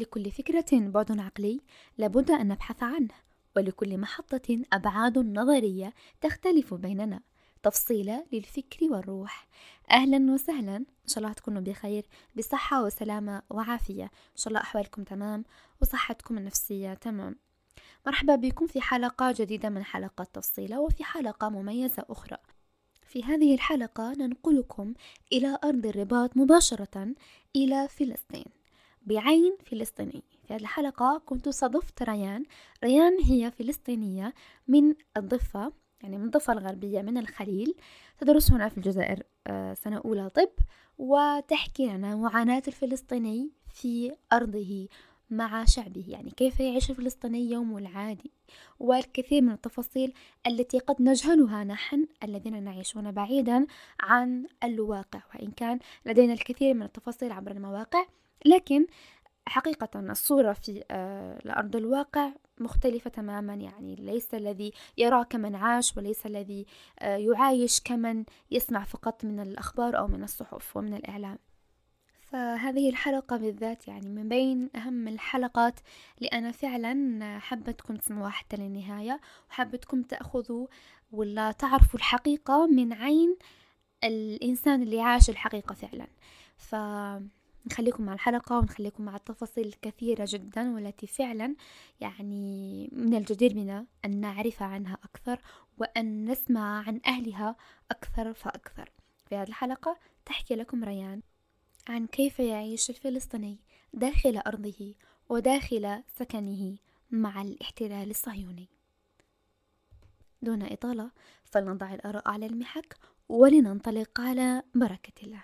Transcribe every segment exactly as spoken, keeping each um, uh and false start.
لكل فكرة بعد عقلي لابد أن نبحث عنه، ولكل محطة أبعاد نظرية تختلف بيننا، تفصيلة للفكر والروح. أهلا وسهلا، إن شاء الله تكونوا بخير بصحة وسلامة وعافية، إن شاء الله أحوالكم تمام وصحتكم النفسية تمام. مرحبا بكم في حلقة جديدة من حلقات تفصيلة، وفي حلقة مميزة أخرى. في هذه الحلقة ننقلكم إلى أرض الرباط مباشرة، إلى فلسطين بعين فلسطيني. في هذه الحلقة كنت صادفت ريان. ريان هي فلسطينية من الضفة، يعني من الضفة الغربية من الخليل، تدرس هنا في الجزائر سنة أولى طب، وتحكي لنا معاناة الفلسطيني في أرضه مع شعبه، يعني كيف يعيش الفلسطيني يومه العادي، والكثير من التفاصيل التي قد نجهلها نحن الذين نعيشون بعيدا عن الواقع، وإن كان لدينا الكثير من التفاصيل عبر المواقع، لكن حقيقة الصورة في الأرض الواقع مختلفة تماما. يعني ليس الذي يرى كمن عاش، وليس الذي يعايش كمن يسمع فقط من الأخبار أو من الصحف ومن الإعلام. فهذه الحلقة بالذات يعني من بين أهم الحلقات اللي أنا فعلا حبتكم تسمعوها حتى للنهاية، وحبتكم تأخذوا ولا تعرفوا الحقيقة من عين الإنسان اللي عاش الحقيقة فعلا. فنخليكم مع الحلقة ونخليكم مع التفاصيل الكثيرة جدا، والتي فعلا يعني من الجدير بنا أن نعرف عنها أكثر، وأن نسمع عن أهلها أكثر فأكثر. في هذه الحلقة تحكي لكم ريان عن كيف يعيش الفلسطيني داخل أرضه وداخل سكنه مع الاحتلال الصهيوني. دون إطالة، فلنضع الآراء على المحك ولننطلق على بركة الله.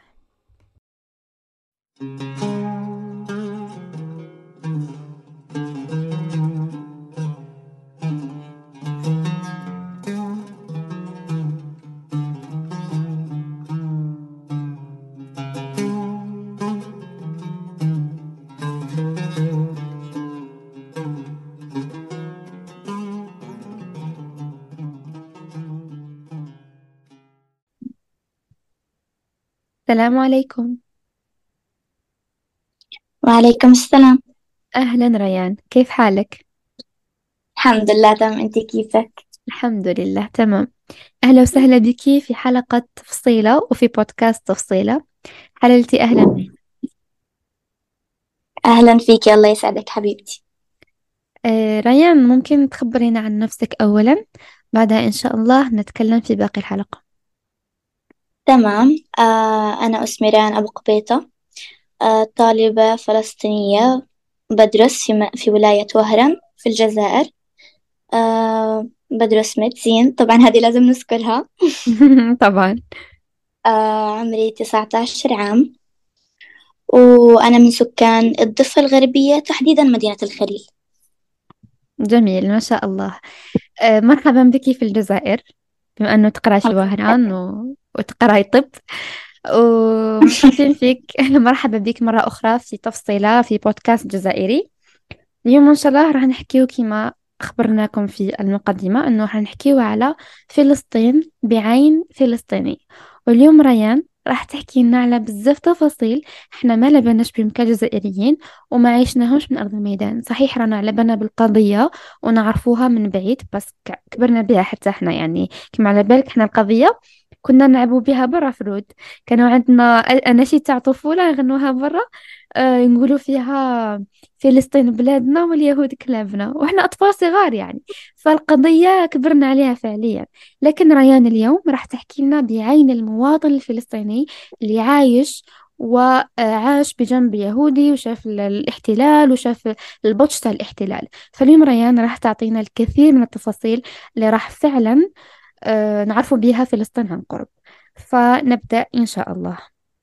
السلام عليكم. وعليكم السلام. أهلا ريان، كيف حالك؟ الحمد لله تمام، انتي كيفك؟ الحمد لله تمام. أهلا وسهلا بك في حلقة تفصيلة وفي بودكاست تفصيلة. حللتي أهلا بك. اهلا فيك، الله يسعدك حبيبتي. آه ريان، ممكن تخبرينا عن نفسك أولا، بعدها إن شاء الله نتكلم في باقي الحلقة. تمام. آه انا اسمران ابو قبيطة. آه طالبة فلسطينية، بدرس في, م... في ولاية وهران في الجزائر. آه بدرس ميديسين، طبعا هذه لازم نذكرها. طبعا. آه عمري تسعة عشر عام، وأنا من سكان الضفة الغربية، تحديدا مدينة الخليل. جميل ما شاء الله. آه مرحبا بك في الجزائر، بما أنه تقرأي في الله وهران يسعدك. و... وتقرأي طب، ومرحبا فيك مرحبا بك مرة أخرى في تفصيلة في بودكاست جزائري. اليوم إن شاء الله راح نحكيو كما أخبرناكم في المقدمة، أنه راح نحكيو على فلسطين بعين فلسطيني. واليوم ريان راح تحكي لنا على بزاف تفاصيل احنا ما لبناش بهم كجزائريين، وما عيشناهمش من أرض الميدان. صحيح رانا على بالنا بالقضية ونعرفوها من بعيد، بس ك- كبرنا بها حتى احنا، يعني كما على بالك احنا القضية كنا نلعبوا بها برا في الرود. كانوا عندنا أ- أناشيد تاع طفولة يغنوها برا، آه نقولوا فيها فلسطين بلادنا واليهود كلابنا، واحنا أطفال صغار يعني. فالقضية كبرنا عليها فعليا. لكن ريان اليوم راح تحكي لنا بعين المواطن الفلسطيني اللي عايش وعاش بجنب يهودي، وشاف ال- الاحتلال وشاف البطش تاع الاحتلال. فاليوم ريان راح تعطينا الكثير من التفاصيل اللي راح فعلا آه، نعرفوا بها فلسطين عن قرب. فنبدأ إن شاء الله.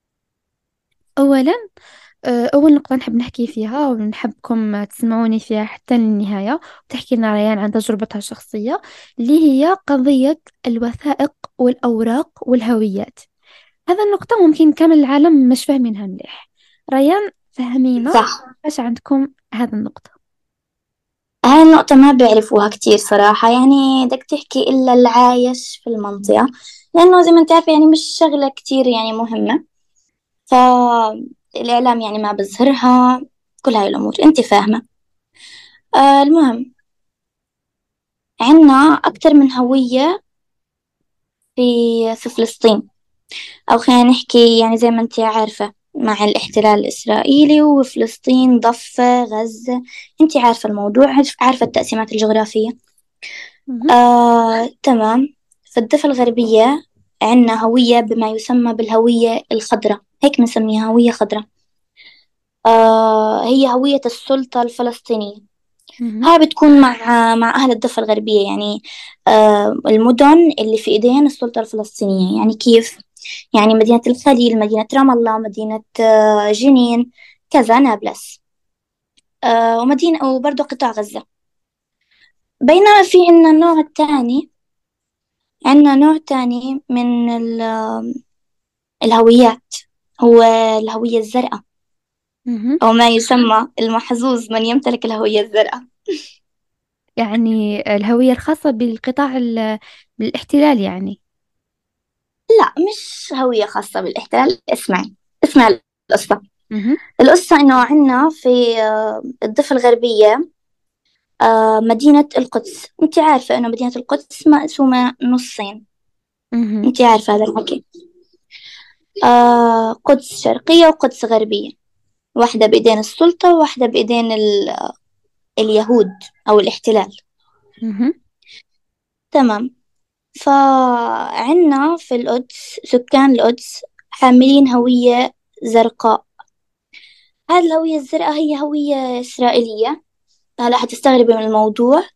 أولا، آه، أول نقطة نحب نحكي فيها ونحبكم تسمعوني فيها حتى للنهاية، وتحكي لنا ريان عن تجربتها الشخصية، اللي هي قضية الوثائق والأوراق والهويات. هذا النقطة ممكن كامل العالم مش فاهمينها مليح. ريان، فهمينا صح. ايش عندكم هذا النقطة. هاي النقطة ما بيعرفوها كتير صراحة، يعني بدك تحكي إلا اللي عايش في المنطقة، لأنه زي ما أنت عارفة يعني مش شغلة كتير يعني مهمة، فالإعلام يعني ما بظهرها. كل هاي الأمور أنت فاهمة. آه المهم، عنا أكتر من هوية في في فلسطين، أو خلينا نحكي يعني زي ما أنت عارفة مع الاحتلال الإسرائيلي وفلسطين ضفة غزة، أنت عارفة الموضوع، عارف- عارفة التقسيمات الجغرافية. مهم. آه تمام. في الضفة الغربية عنا هوية بما يسمى بالهوية الخضراء، هيك بنسميها هوية خضراء. آه هي هوية السلطة الفلسطينية. مهم. هاي بتكون مع مع أهل الضفة الغربية، يعني آه المدن اللي في إيدين السلطة الفلسطينية. يعني كيف؟ يعني مدينة الخليل، مدينة رام الله، مدينة آه جنين، كذا، نابلس، آه ومدينة وبرضه قطاع غزة. بينما في عنا النوع الثاني، عنا نوع تاني من ال- الهويات، هو الهوية الزرقاء، مهم. أو ما يسمى المحظوظ من يمتلك الهوية الزرقاء. يعني الهوية الخاصة بالقطاع ال- بالاحتلال يعني. لا، مش هوية خاصة بالاحتلال. اسمعي، اسمعي القصة. مهم. القصة إنه عنا في آه، الضفة الغربية آه، مدينة القدس. أنت عارفة إنه مدينة القدس مقسومة نصين، مهم. أنت عارفة هذا الحكي. آه، قدس شرقية وقدس غربية، واحدة بإيدين السلطة وواحدة بإيدين ال- اليهود أو الاحتلال. مهم. تمام. فعنا في القدس سكان القدس حاملين هوية زرقاء. هذه الهوية الزرقاء هي هوية إسرائيلية. هلا حتستغربي من الموضوع،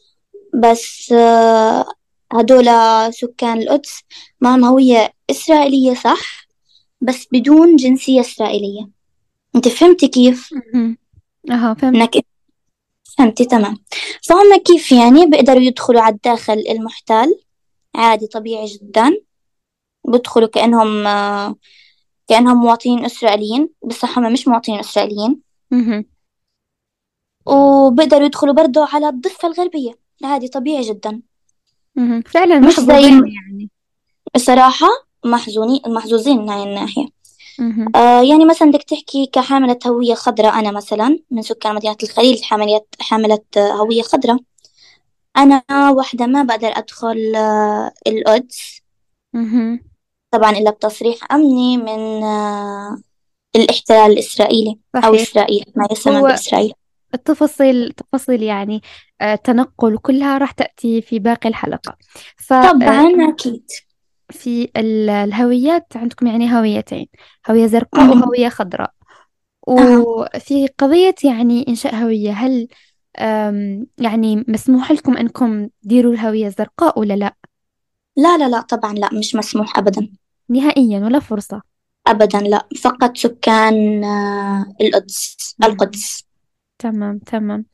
بس آه، هدول سكان القدس معهم هوية إسرائيلية صح، بس بدون جنسية إسرائيلية. أنت فهمتي كيف؟ مهم. أها فهمت. إنك فهمتي تمام. فهم كيف يعني بيقدروا يدخلوا على الداخل المحتل عادي طبيعي جدا. بدخلوا كأنهم آه، كأنهم مواطنين إسرائيليين، بس هم مش مواطنين إسرائيليين. مهم. وبقدروا يدخلوا برضو على الضفة الغربية عادي طبيعي جدا. مهم. فعلا مش زي محظوظين يعني. الصراحة محزونين محظوظين من هاي الناحية. مهم. آه يعني مثلا بدك تحكي كحاملة هوية خضراء، أنا مثلا من سكان مدينة الخليل، حاملة حاملة آه، هوية خضراء. أنا واحدة ما بقدر أدخل آه القدس مهم. طبعا إلا بتصريح أمني من آه الاحتلال الإسرائيلي، أو صحيح. إسرائيل ما يسمى هو بإسرائيل. التفاصيل تفاصيل يعني آه، التنقل كلها راح تأتي في باقي الحلقة. ففي طبعا أكيد. الهويات عندكم يعني هويتين، هوية زرقاء م-م. وهوية خضراء. أها. وفي قضية يعني إنشاء هوية، هل أم، يعني مسموح لكم أنكم تديروا الهوية الزرقاء ولا لا؟ لا لا لا طبعا لا، مش مسموح أبدا. نهائيا ولا فرصة؟ أبدا لا، فقط سكان آه، القدس مم. القدس. تمام تمام.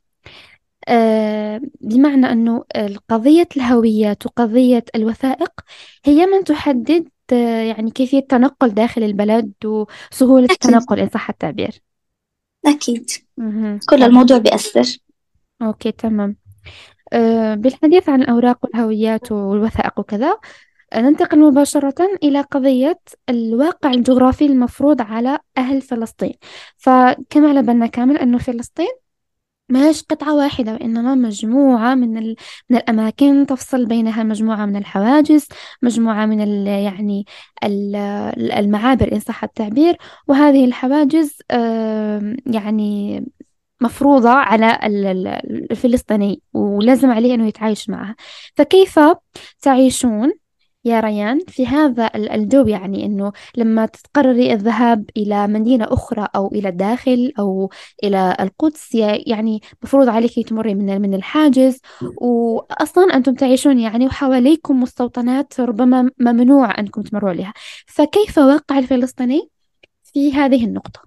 آه، بمعنى أنه قضية الهويات وقضية الوثائق هي من تحدد آه، يعني كيفية التنقل داخل البلد وسهولة أكيد. التنقل إن صح التعبير. أكيد. مهم. كل تمام. الموضوع بيأثر. أوكي تمام. آه، بالحديث عن الأوراق والهويات والوثائق وكذا، آه، ننتقل مباشرة إلى قضية الواقع الجغرافي المفروض على أهل فلسطين. فكما على بالنا كامل أنه فلسطين ماهيش قطعة واحدة، وإنما مجموعة من ال... من الأماكن تفصل بينها مجموعة من الحواجز، مجموعة من ال... يعني ال- المعابر إن صح التعبير. وهذه الحواجز آم، يعني مفروضة على ال- ال- الفلسطيني ولازم عليه أنه يتعايش معها. فكيف تعيشون يا ريان في هذا ال- الجو؟ يعني أنه لما تقرري الذهاب إلى مدينة أخرى أو إلى الداخل أو إلى القدس، ي- يعني مفروض عليك تمري من من الحاجز، وأصلا أنتم تعيشون يعني وحواليكم مستوطنات ربما ممنوع أنكم تمروا عليها. فكيف واقع الفلسطيني في هذه النقطة؟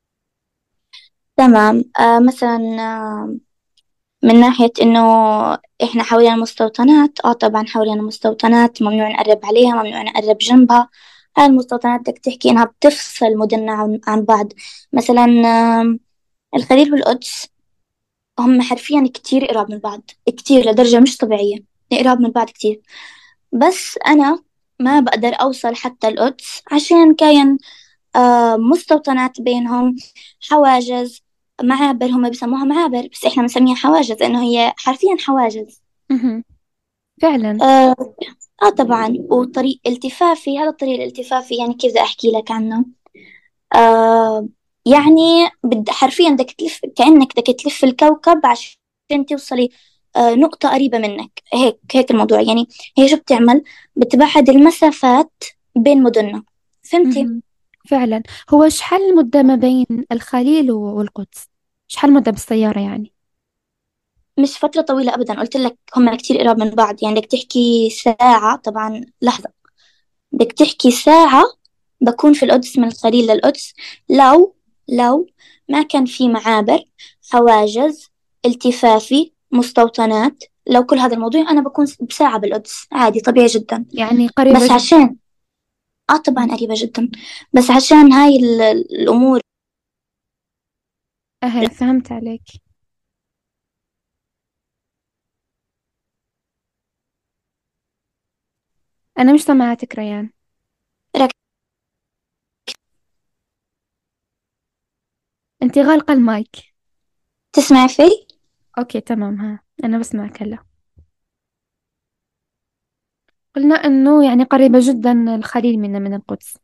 تمام. آه مثلا آه من ناحية إنه إحنا حوالينا مستوطنات، آه طبعا حوالينا مستوطنات ممنوع نقرب عليها، ممنوع نقرب جنبها. هاي المستوطنات بدك تحكي إنها بتفصل مدننا عن عن بعض. مثلا آه الخليل والقدس هم حرفيا كتير قراب من بعض، كتير لدرجة مش طبيعية، قراب من بعض كتير. بس أنا ما بقدر أوصل حتى القدس عشان كاين آه مستوطنات بينهم، حواجز. معابر، هم بيسموها معابر بس إحنا بنسميها حواجز لأنه هي حرفيا حواجز. مهم. فعلا. آه, آه طبعا. وطريق التفافي، هذا الطريق الالتفافي يعني كيف بدي أحكي لك عنه؟ آه يعني بد حرفيا بدك تلف كأنك بدك تلف الكوكب عشان توصلي آه نقطة قريبة منك، هيك هيك الموضوع يعني. هي شو بتعمل؟ بتبعد المسافات بين مدننا، فهمتي؟ مهم. فعلا. هو شحال المدة ما بين الخليل و- والقدس؟ شحال المدة بالسيارة يعني؟ مش فترة طويلة أبدا، قلت لك هم كتير قراب من بعض، يعني بدك تحكي ساعة طبعا. لحظة، بدك تحكي ساعة بكون في القدس، من الخليل للقدس. لو لو ما كان في معابر، حواجز، التفافي، مستوطنات، لو كل هذا الموضوع أنا بكون بساعة بالقدس عادي طبيعي جدا. يعني قريبة بس جدا. عشان آه طبعا مم. قريبة جدا، بس عشان هاي ال- الأمور. أهي فهمت عليك. أنا مش سامعتك ريان. رك- أنت غالقة المايك. تسمع في. أوكي تمام، ها أنا بسمعك هلا. قلنا إنه يعني قريبة جدا الخليل منا من القدس.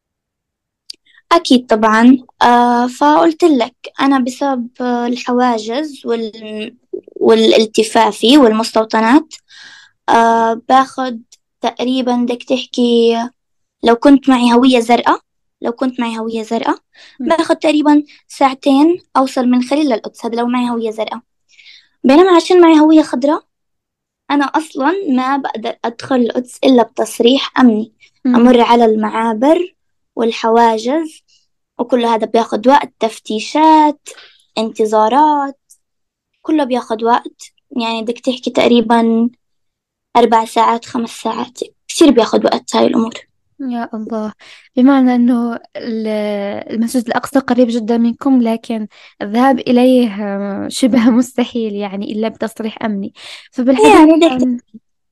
أكيد طبعا. آه فقلت لك أنا بسبب آه، الحواجز وال... والالتفافي والمستوطنات، آه باخد تقريبا، بدك تحكي لو كنت معي هوية زرقاء، لو كنت معي هوية زرقاء مم. باخد تقريبا ساعتين أوصل من خليل للقدس، هذا لو معي هوية زرقاء. بينما عشان معي هوية خضراء أنا أصلا ما بقدر أدخل القدس إلا بتصريح أمني، مم. أمر على المعابر والحواجز، وكل هذا بياخد وقت، تفتيشات، انتظارات، كله بياخد وقت. يعني بدك تحكي تقريبا أربع ساعات خمس ساعات، كثير بياخد وقت هاي الأمور. يا الله. بمعنى أنه ال- المسجد الأقصى قريب جدا منكم، لكن الذهاب إليه آه، شبه مستحيل يعني إلا بتصريح أمني. فبالحديث يعني بدك. عن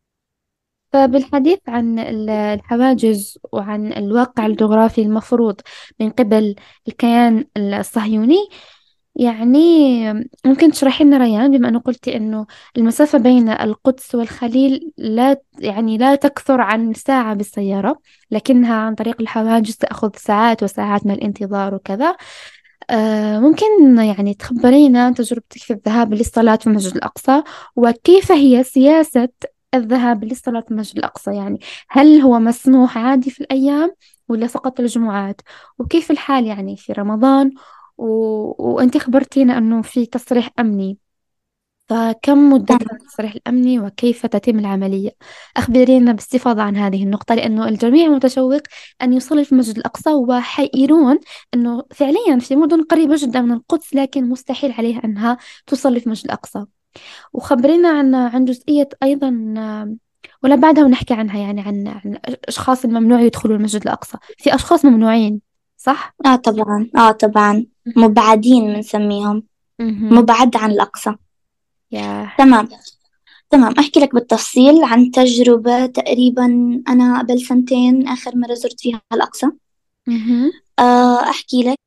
فبالحديث عن ال- الحواجز وعن الواقع الجغرافي المفروض من قبل الكيان الصهيوني، يعني ممكن تشرحي لنا ريان، بما أنه قلتي أنه المسافة بين القدس والخليل لا يعني لا تكثر عن ساعة بالسيارة، لكنها عن طريق الحواجز تأخذ ساعات وساعات من الانتظار وكذا. آه ممكن يعني تخبرينا عن تجربتك في الذهاب للصلاة في المسجد الأقصى، وكيف هي سياسة الذهاب للصلاة في المسجد الأقصى؟ يعني هل هو مسموح عادي في الأيام ولا فقط الجمعات؟ وكيف الحال يعني في رمضان؟ و... وأنت خبرتينا أنه في تصريح أمني، فكم مدة التصريح الأمني وكيف تتم العملية؟ أخبرينا باستفاضة عن هذه النقطة، لأنه الجميع متشوق أن يصلي في المسجد الأقصى، وحيرون أنه فعليا في مدن قريبة جدا من القدس لكن مستحيل عليها أنها تصلي في المسجد الأقصى. وخبرينا عن عن جزئية أيضا، آه، ولا بعدها ونحكي عنها، يعني عن عن الأشخاص الممنوع يدخلوا المسجد الأقصى. في أشخاص ممنوعين، صح؟ آه طبعا، آه طبعا، مبعدين بنسميهم، مهم. مبعد عن الأقصى. يا. تمام. تمام، أحكي لك بالتفصيل عن تجربة تقريبا. أنا قبل سنتين آخر مرة زرت فيها الأقصى. مهم. آه، أحكي لك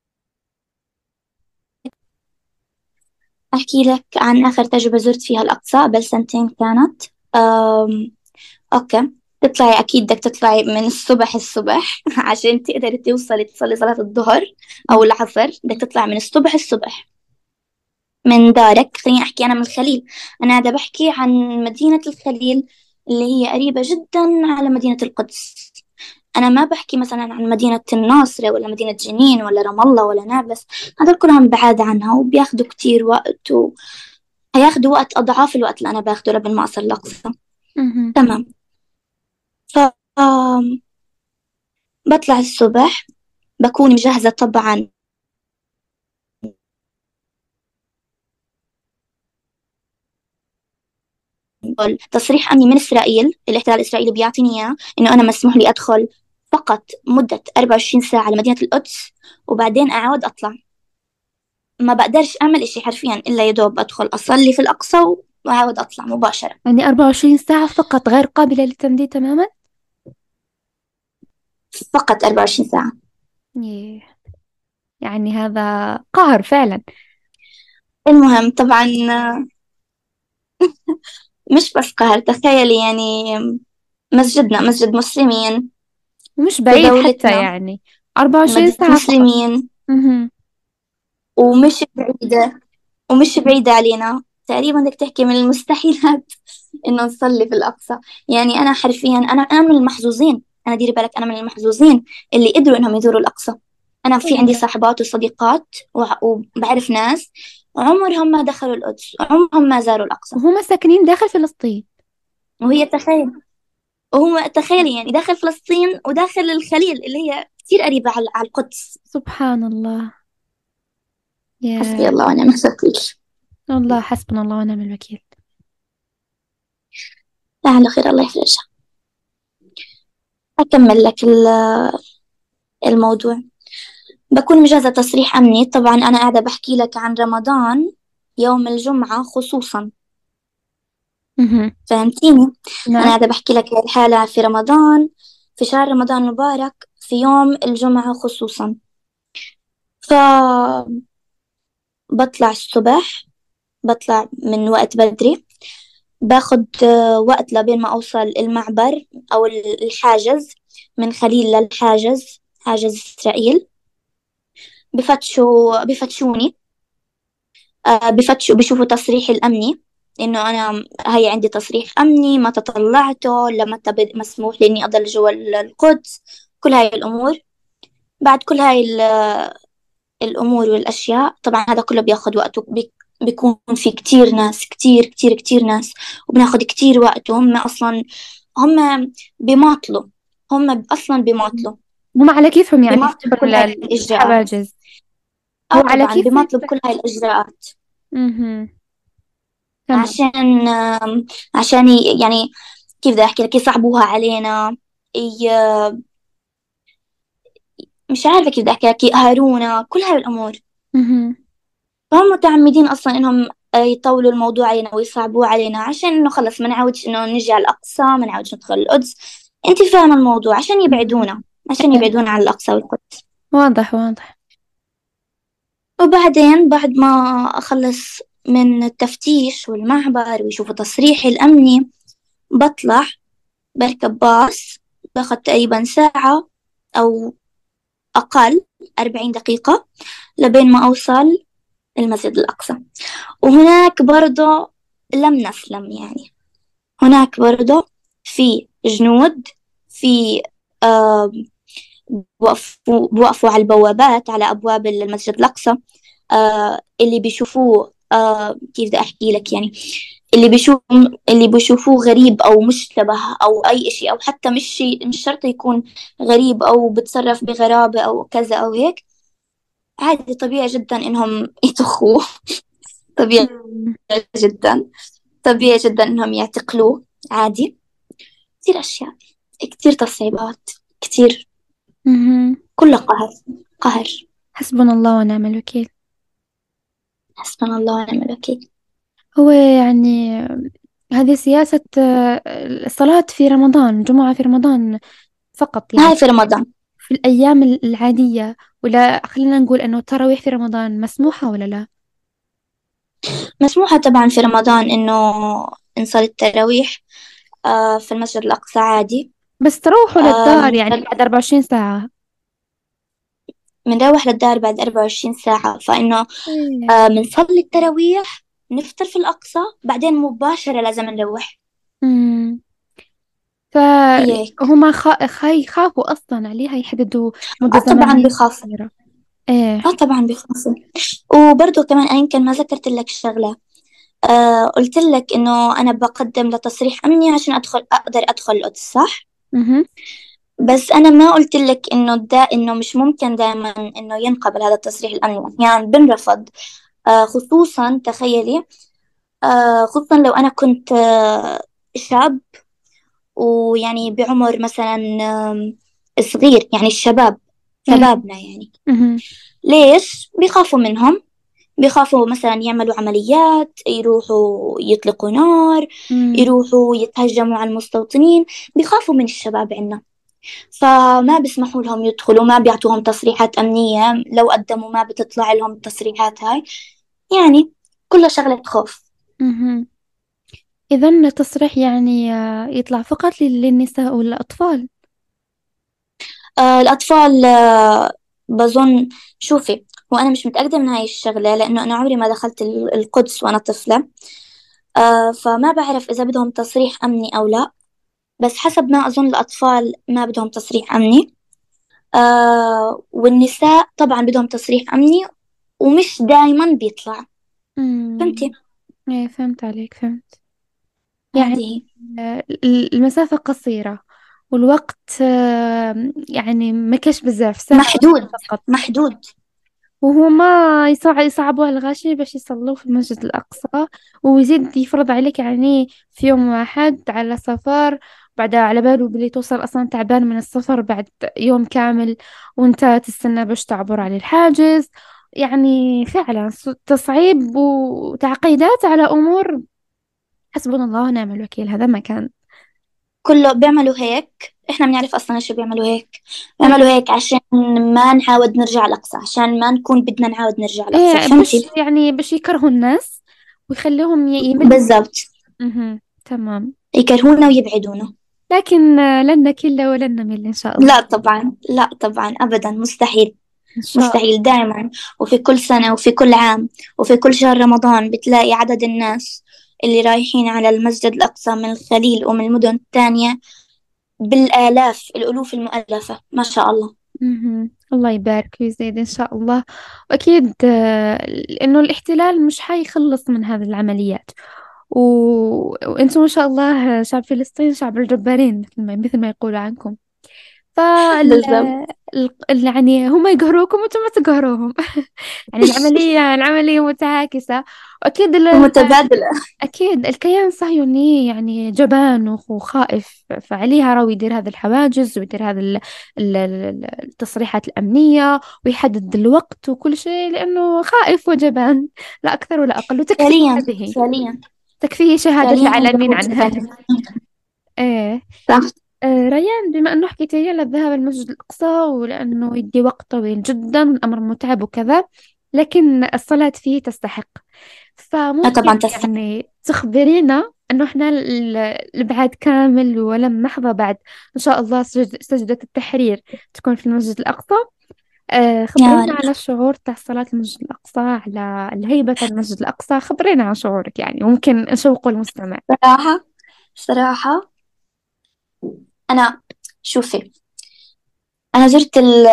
أحكي لك عن آخر تجربة زرت فيها الأقصى قبل سنتين كانت. آم، أوكي. تطلعي أكيد بدك تطلعي من الصبح الصبح عشان تقدري توصلي تصلي صلاة الظهر أو العصر. بدك تطلع من الصبح الصبح من دارك. خليني أحكي أنا من الخليل، أنا قاعدة بحكي عن مدينة الخليل اللي هي قريبة جدا على مدينة القدس. أنا ما بحكي مثلا عن مدينة الناصرة ولا مدينة جنين ولا رام الله ولا نابلس، هذول كلهم بعاد عنها وبياخدوا كتير وقت، وهياخدوا وقت أضعاف الوقت اللي أنا باخده قبل ما أوصل الأقصى. مهم. تمام. ف آم، بطلع الصبح، بكون مجهزة طبعا تصريح أمني من إسرائيل، الاحتلال الإسرائيلي بيعطيني إياه إنه أنا مسموح لي أدخل فقط مدة أربعة وعشرين ساعة لمدينة القدس، وبعدين أعود أطلع. ما بقدرش أعمل إشي حرفيا إلا يدوب أدخل أصلي في الأقصى وأعود أطلع مباشرة. يعني أربعة وعشرين ساعة فقط، غير قابلة للتمديد تماما؟ فقط أربعة وعشرين ساعة. يه. يعني هذا قهر فعلا. المهم طبعا مش بس قهر، تخيلي يعني مسجدنا مسجد مسلمين ومش في بعيد حتى دولتنا، يعني، أربعة وعشرين مدينة ساعة فقط. مسلمين، مهم. ومش بعيدة ومش بعيدة علينا تقريبا. بدك تحكي من المستحيلات إنه نصلي في الأقصى. يعني أنا حرفيا أنا أنا من المحظوظين. أنا ديري بالك أنا من المحظوظين اللي قدروا إنهم يزوروا الأقصى. أنا في عندي والله. صاحبات وصديقات وع- وبعرف ناس عمرهم ما دخلوا القدس، عمرهم ما زاروا الأقصى. وهم ساكنين داخل فلسطين. وهي تخيل وهو تخيلي يعني داخل فلسطين وداخل الخليل اللي هي كثير قريبة على على القدس. سبحان الله. حسبي يا الله ونعم الوكيل. الله، حسبنا الله ونعم الوكيل. لعل خير الله يفرجها. أكمل لك ال- الموضوع. بكون مجهزة تصريح أمني. طبعا أنا قاعدة بحكي لك عن رمضان، يوم الجمعة خصوصا. مهم. فهمتيني؟ أنا نعم. قاعدة بحكي لك الحالة في رمضان، في شهر رمضان المبارك، في يوم الجمعة خصوصا. فبطلع الصبح، بطلع من وقت بدري، باخد آه، وقت لبين ما أوصل المعبر أو الحاجز، من خليل للحاجز، حاجز إسرائيل. بفتشوا بفتشوني، آه، بفتشوا بيشوفوا تصريحي الأمني، إنه أنا هي عندي تصريح أمني ما تطلعته، لما تب- مسموح لي إني أضل جوا ال- القدس، كل هاي الأمور. بعد كل هاي ال- الأمور والأشياء، طبعا هذا كله بياخد وقته. بي- بيكون في كتير ناس، كتير كتير كتير ناس، وبناخد كتير وقت. وهم أصلا هم بيماطلوا، هم أصلا بيماطلوا هم على كيفهم يعني بيماطلوا يفتحوا بكل ال- هاي الإجراءات. الحواجز؟ اه هو على طبعا كيف بيماطلوا يفتح؟ بكل هاي الإجراءات مهم. تمام. عشان آم، عشان ي- يعني كيف بدي أحكي لك، يصعبوها علينا. ي- مش عارفة كيف بدي أحكي لك، يقهرونا، كل هاي الأمور. مهم. فهم متعمدين أصلا إنهم آه، يطولوا الموضوع علينا ويصعبوه علينا، عشان إنه خلص ما نعودش إنه نجي على الأقصى، ما نعودش ندخل القدس. أنت فاهمة الموضوع، عشان مهم. يبعدونا، عشان إيه. يبعدونا عن الأقصى والقدس. واضح واضح. وبعدين بعد ما أخلص من التفتيش والمعبر ويشوفوا تصريحي الأمني، بطلع، بركب باص، باخد تقريبا ساعة أو أقل، أربعين دقيقة، لبين ما أوصل المسجد الأقصى. وهناك برضه لم نسلم يعني. هناك برضه في جنود، في آه بوقفوا بوقفوا على البوابات، على أبواب المسجد الأقصى. آه اللي بيشوفوه، آه كيف بدي أحكي لك يعني، اللي بيشوف اللي بيشوفوه غريب أو مشتبه أو أي شيء، أو حتى مش شيء، مش شرط يكون غريب أو بتصرف بغرابة أو كذا أو هيك، عادي طبيعي جدا إنهم يطخوه. طبيعي مم. جدا، طبيعي جدا إنهم يعتقلوه عادي. كتير أشياء، كتير تصعيبات، كتير، مهم. كله قهر، قهر. حسبنا الله ونعم الوكيل. حسبنا الله ونعم الوكيل. هو يعني هذه سياسة آه، الصلاة في رمضان، الجمعة في رمضان فقط يعني، هاي في رمضان في الأيام العادية؟ ولا خلينا نقول أنه التراويح في رمضان مسموحة ولا لا؟ مسموحة طبعا في رمضان إنه نصلي التراويح آه في المسجد الأقصى عادي. بس تروحوا آه للدار من يعني بعد أربعة وعشرين ساعة. بنروح للدار بعد أربعة وعشرين ساعة، فإنه إيه. آه بنصلي التراويح، نفطر في الأقصى، بعدين مباشرة لازم نروح. امم. هي هيك. فهم خا... خا... يخافوا أصلا عليها، يحددوا مدة آه طبعا زمنية بخاف. قصيرة. إيه. اه طبعا بخاف. وبرضه كمان أنا يمكن ما ذكرت لك شغلة. آه قلت لك إنه أنا بقدم لتصريح أمني عشان أدخل، أقدر أدخل القدس، صح؟ مهم. بس أنا ما قلت لك إنه دا إنه مش ممكن دائما إنه ينقبل هذا التصريح الأمني، يعني بنرفض. آه خصوصا تخيلي، آه خصوصا لو أنا كنت آه شاب، ويعني بعمر مثلا آم، صغير، يعني الشباب، إيه. شبابنا يعني. مهم. ليش بيخافوا منهم؟ بيخافوا مثلا يعملوا عمليات، يروحوا يطلقوا نار، مم. يروحوا يتهجموا على المستوطنين. بيخافوا من الشباب عنا، فما بيسمحوا لهم يدخلوا، ما بيعطوهم تصريحات أمنية. لو قدموا ما بتطلع لهم التصريحات هاي يعني. كله شغلة خوف. مهم. إذا التصريح يعني آه، يطلع فقط لل- للنساء والأطفال. آه الأطفال آه بظن، شوفي، هو أنا مش متأكدة من هاي الشغلة لأنه أنا عمري ما دخلت ال- القدس وأنا طفلة. آه فما بعرف إذا بدهم تصريح أمني أو لا، بس حسب ما أظن الأطفال ما بدهم تصريح أمني. آه والنساء طبعا بدهم تصريح أمني، ومش دايما بيطلع. مم. فهمتي؟ إيه، فهمت عليك، فهمت. يعني هذه آه، ال- المسافة قصيرة، والوقت آه، يعني ما كاش بزاف، ساعة محدود. فقط. محدود. وهو ما يصع- يصعبوا على الغاشي باش يصلوا في المسجد الأقصى، ويزيد يفرض عليك يعني في يوم واحد على سفر، بعدها على باله بلي توصل أصلا تعبان من السفر بعد يوم كامل، وانت تستنى باش تعبر على الحاجز. يعني فعلا س- تصعيب وتعقيدات على أمور. حسبنا الله ونعم الوكيل، هذا ما كان. كله بيعملوا هيك، احنا بنعرف اصلا شو بيعملوا هيك. بيعملوا إيه. هيك عشان ما نعاود نرجع الاقصى، عشان ما نكون بدنا نعاود نرجع الاقصى. إيه، باش فهمتي؟ يعني باش يكرهوا الناس ويخليهم ي- يملوا. بالضبط. مهم. تمام. يكرهونا ويبعدونا. لكن آه، لن نكل ولن نمل إن شاء الله. لا طبعا، لا طبعا، ابدا، مستحيل. إن شاء الله. مستحيل دائما. وفي كل سنة وفي كل عام وفي كل شهر رمضان بتلاقي عدد الناس اللي رايحين على المسجد الأقصى من الخليل ومن المدن الثانية بالآلاف، الألوف المؤلفة، ما شاء الله. مهم. الله يبارك ويزيد إن شاء الله. وأكيد آه، لأنه الاحتلال مش حيخلص من هذه العمليات. و... وأنتم ما شاء الله شعب فلسطين شعب الجبارين، مثل ما مثل ما يقولوا عنكم. فال بالضبط. ال... يعني هم يقهروكم وأنتم ما تقهروهم. يعني العملية العملية متعاكسة. وأكيد ومتبادلة. أكيد الكيان الصهيوني يعني جبان وخ- وخائف، فعليها راهو يدير هذا الحواجز ويدير هذا ال- ال- ال- التصريحات الأمنية، ويحدد الوقت وكل شيء لأنه خائف وجبان، لا أكثر ولا أقل. وتكفي فعليا. هذه، فعليا. تكفيه شهادة فعليا عنده العالمين هو عنها. جبان. إيه. صح. آه، ريان، بما أنه حكيتي لي على الذهاب المسجد الأقصى ولأنه يدي وقت طويل جدا والأمر متعب وكذا، لكن الصلاة فيه تستحق. لا فممكن طبعا تستحق. يعني تخبرينا أنه إحنا ال- الإبعاد كامل ولم لحظة بعد إن شاء الله سجد سجدة التحرير تكون في المسجد الأقصى. آه، يا خبرينا رب. على الشعور تاع صلاة المسجد الأقصى، على الهيبة تاع المسجد الأقصى. خبرينا عن شعورك يعني، ممكن نشوق المستمع. صراحة، صراحة أنا، شوفي، أنا زرت ال-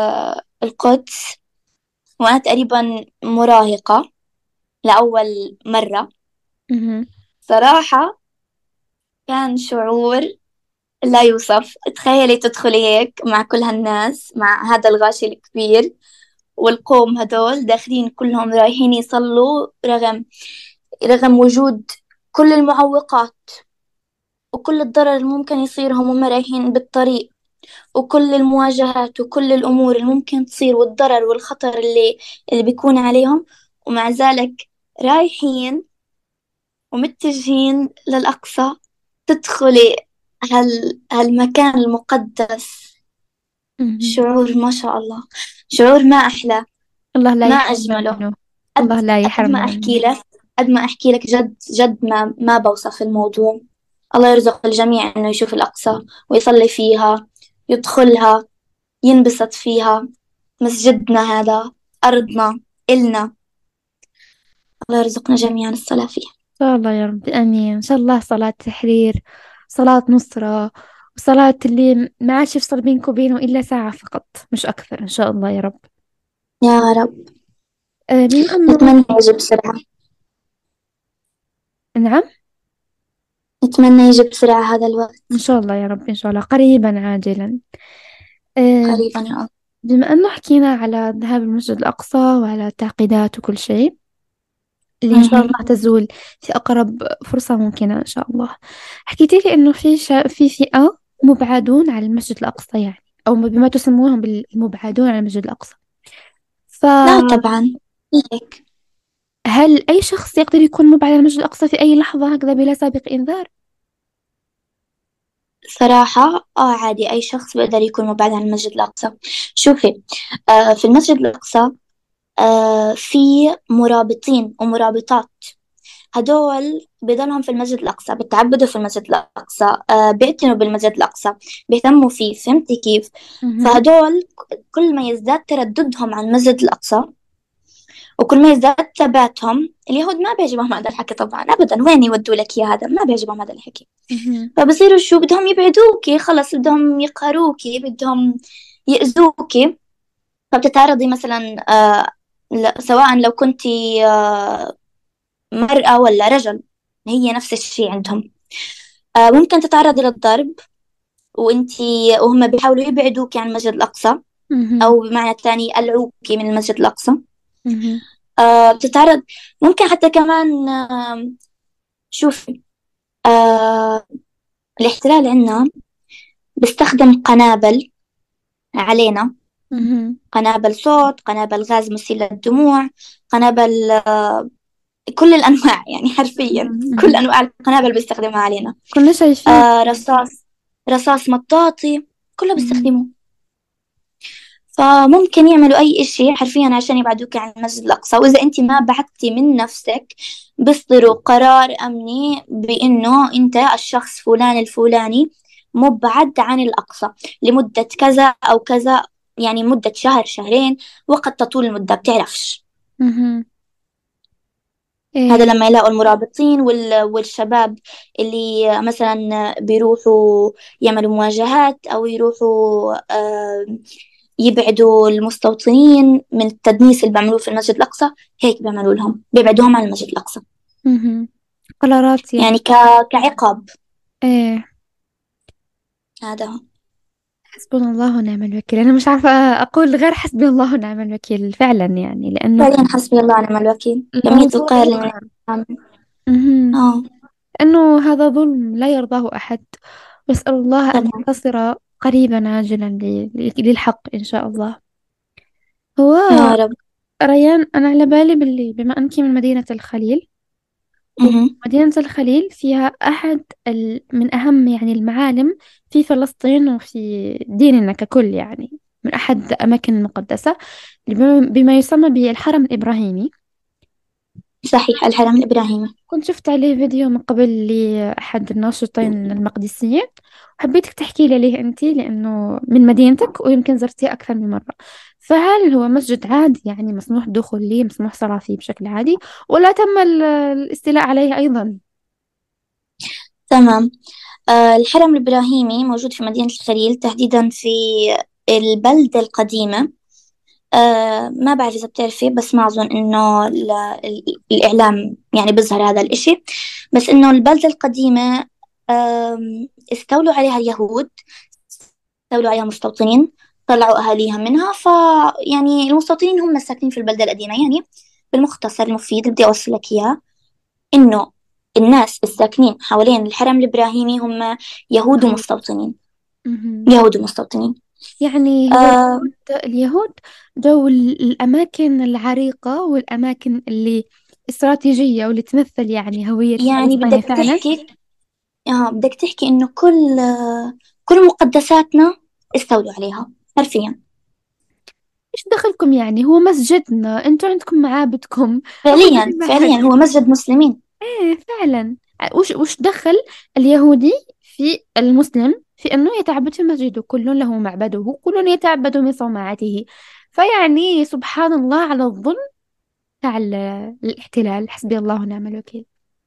القدس وأنا تقريبا مراهقة لأول مرة. مهم. صراحة كان شعور لا يوصف. تخيلي تدخلي هيك مع كل هالناس، مع هذا الغاشي الكبير، والقوم هدول داخلين كلهم رايحين يصلوا رغم رغم وجود كل المعوقات وكل الضرر اللي ممكن يصيرهم وهم رايحين بالطريق، وكل المواجهات وكل الأمور اللي ممكن تصير والضرر والخطر اللي اللي بيكون عليهم. ومع ذلك رايحين ومتجهين للأقصى. تدخلي هال هالمكان المقدس. مهم. شعور ما شاء الله. شعور ما أحلى، الله لا ما يحرمنا أجمله. منه. قد الله لا قد ما يحرمنا أحكي منه. لك قد ما أحكي لك جد جد ما ما بوصف الموضوع. الله يرزق الجميع إنه يشوف الأقصى ويصلي فيها، يدخلها، ينبسط فيها. مسجدنا هذا، أرضنا، إلنا. الله يرزقنا جميعا الصلاة فيها. إن شاء الله يا رب، آمين. إن شاء الله صلاة تحرير، صلاة نصرة، وصلاة اللي ما عادش يفصل بينك وبينه إلا ساعة فقط، مش أكثر، إن شاء الله يا رب. يا رب. آه، بما أنه. نتمنى يجي بسرعة. نعم. نتمنى يجي بسرعة هذا إن الوقت. شاء الله يا رب، إن شاء الله قريبا عاجلا. آه، قريبا يا الله. بما أنه حكينا على الذهاب المسجد الأقصى وعلى التعقيدات وكل شيء اللي إن شاء الله مهم. تزول في أقرب فرصة ممكنة إن شاء الله، حكيتي لي إنه في شا... في فئة مبعدون على المسجد الأقصى يعني، أو بما تسموهم بالمبعدون على المسجد الأقصى. لا فهل طبعا. هيك. أي شخص يقدر يكون مبعد على المسجد الأقصى في أي لحظة هكذا بلا سابق إنذار؟ صراحة آه عادي، أي شخص بيقدر يكون مبعد عن المسجد الأقصى. شوفي، آه في المسجد الأقصى آه في مرابطين ومرابطات، هدول بيضلهم في المسجد الأقصى، بتعبدوا في المسجد الأقصى، آه بيعتنوا بالمسجد الأقصى، بيهتموا فيه. فهمتي كيف؟ مهم. فهدول كل ما يزداد ترددهم عن المسجد الأقصى وكل ما يزداد ثباتهم، اليهود ما بيعجبهم هذا الحكي طبعا أبدا، وين يودوا لك يا هذا، ما بيعجبهم هذا الحكي. مهم. فبصيروا شو بدهم يبعدوكي، خلص بدهم يقهروكي، بدهم يأذوكي. فبتتعرضي مثلا آه ل- سواء لو كنتي آه مرأة ولا رجل، هي نفس الشيء عندهم. آه ممكن تتعرضي للضرب وانتي وهم بيحاولوا يبعدوكي عن المسجد الأقصى، مهم. أو بمعنى الثاني يقلعوكي من المسجد الأقصى. مهم. آه بتتعرض ممكن حتى كمان آه شوفي، آه الاحتلال عندنا بيستخدم قنابل علينا، مهم. قنابل صوت، قنابل غاز مسيل للدموع، قنابل آه، كل الأنواع يعني حرفيا كل مهم. أنواع القنابل بيستخدمها علينا. كنا شايفين. آه رصاص، رصاص مطاطي، كله مهم. بيستخدموه. فممكن يعملوا أي إشي حرفيا عشان يبعدوك عن المسجد الأقصى. وإذا أنت ما بعدتي من نفسك بيصدروا قرار أمني بإنه أنت الشخص فلان الفلاني مبعد عن الأقصى لمدة كذا أو كذا، يعني مدة شهر شهرين، وقد تطول المدة بتعرفش. مهم. هذا إيه. لما يلاقوا المرابطين وال- والشباب اللي مثلا بيروحوا يعملوا مواجهات أو يروحوا آه، يبعدوا المستوطنين من التدنيس اللي بيعملوه في المسجد الأقصى، هيك بيعملوا لهم، بيبعدوهم عن المسجد الأقصى، مهم. قرارات يعني. يعني ك... كعقاب. إيه. هذا هو. حسبنا الله ونعم الوكيل. أنا مش عارفة أقول غير حسبي الله ونعم الوكيل فعلا، يعني لأنه فعليا حسبي الله ونعم الوكيل، جمعية الموضوع القاهرة للناس. يوقع. مهم. اه لأنه هذا ظلم لا يرضاه أحد، وأسأل الله أن طبعا. ينتصر قريبا عاجلا ل- ل- للحق إن شاء الله. هو يا رب. ريان، أنا على بالي باللي بما أنك من مدينة الخليل، مهم. ومدينة الخليل فيها أحد ال... من أهم يعني المعالم في فلسطين وفي ديننا ككل، يعني من أحد الأماكن المقدسة بما بما يسمى بالحرم الإبراهيمي. صحيح، الحرم الإبراهيمي. كنت شفت عليه فيديو من قبل لأحد الناشطين المقدسيين، وحبيتك تحكي لي عليه أنت لأنه من مدينتك ويمكن زرتيه أكثر من مرة. فهل هو مسجد عادي يعني مسموح الدخول ليه، مسموح صلاة فيه بشكل عادي، ولا تم ال- الاستيلاء عليه أيضا؟ تمام. آه الحرم الإبراهيمي موجود في مدينة الخليل، تحديدا في البلدة القديمة. آه ما بعرف إذا بتعرفي، بس ما أظن إنه ال- ال- الإعلام يعني بيظهر هذا الإشي. بس إنه البلدة القديمة آم، استولوا عليها اليهود، استولوا عليها مستوطنين، طلعوا أهاليها منها. ف يعني المستوطنين هم الساكنين في البلدة القديمة. يعني بالمختصر المفيد اللي بدي أوصل لك إياه إنه الناس الساكنين حوالين الحرم الإبراهيمي هم يهود يهود. ومستوطنين، مهم. يهود ومستوطنين. يعني هو آه اليهود اليهود جو ال- الأماكن العريقة والأماكن اللي استراتيجية واللي تمثل يعني هوية يعني فلسطين بدك فعلا. تحكي آه بدك تحكي إنه كل آه كل مقدساتنا استولوا عليها حرفيا. إيش دخلكم يعني، هو مسجدنا، أنتوا عندكم معابدكم. أخذوا فعليا كل فعليا حاجة. هو مسجد مسلمين. إيه فعلا. وش وش دخل اليهودي في المسلم في أنه يتعبد في مسجده؟ كل له معبده، كل يتعبد من صومعته. فيعني سبحان الله على الظلم تاع ال- الاحتلال. حسبي الله ونعم الوكيل.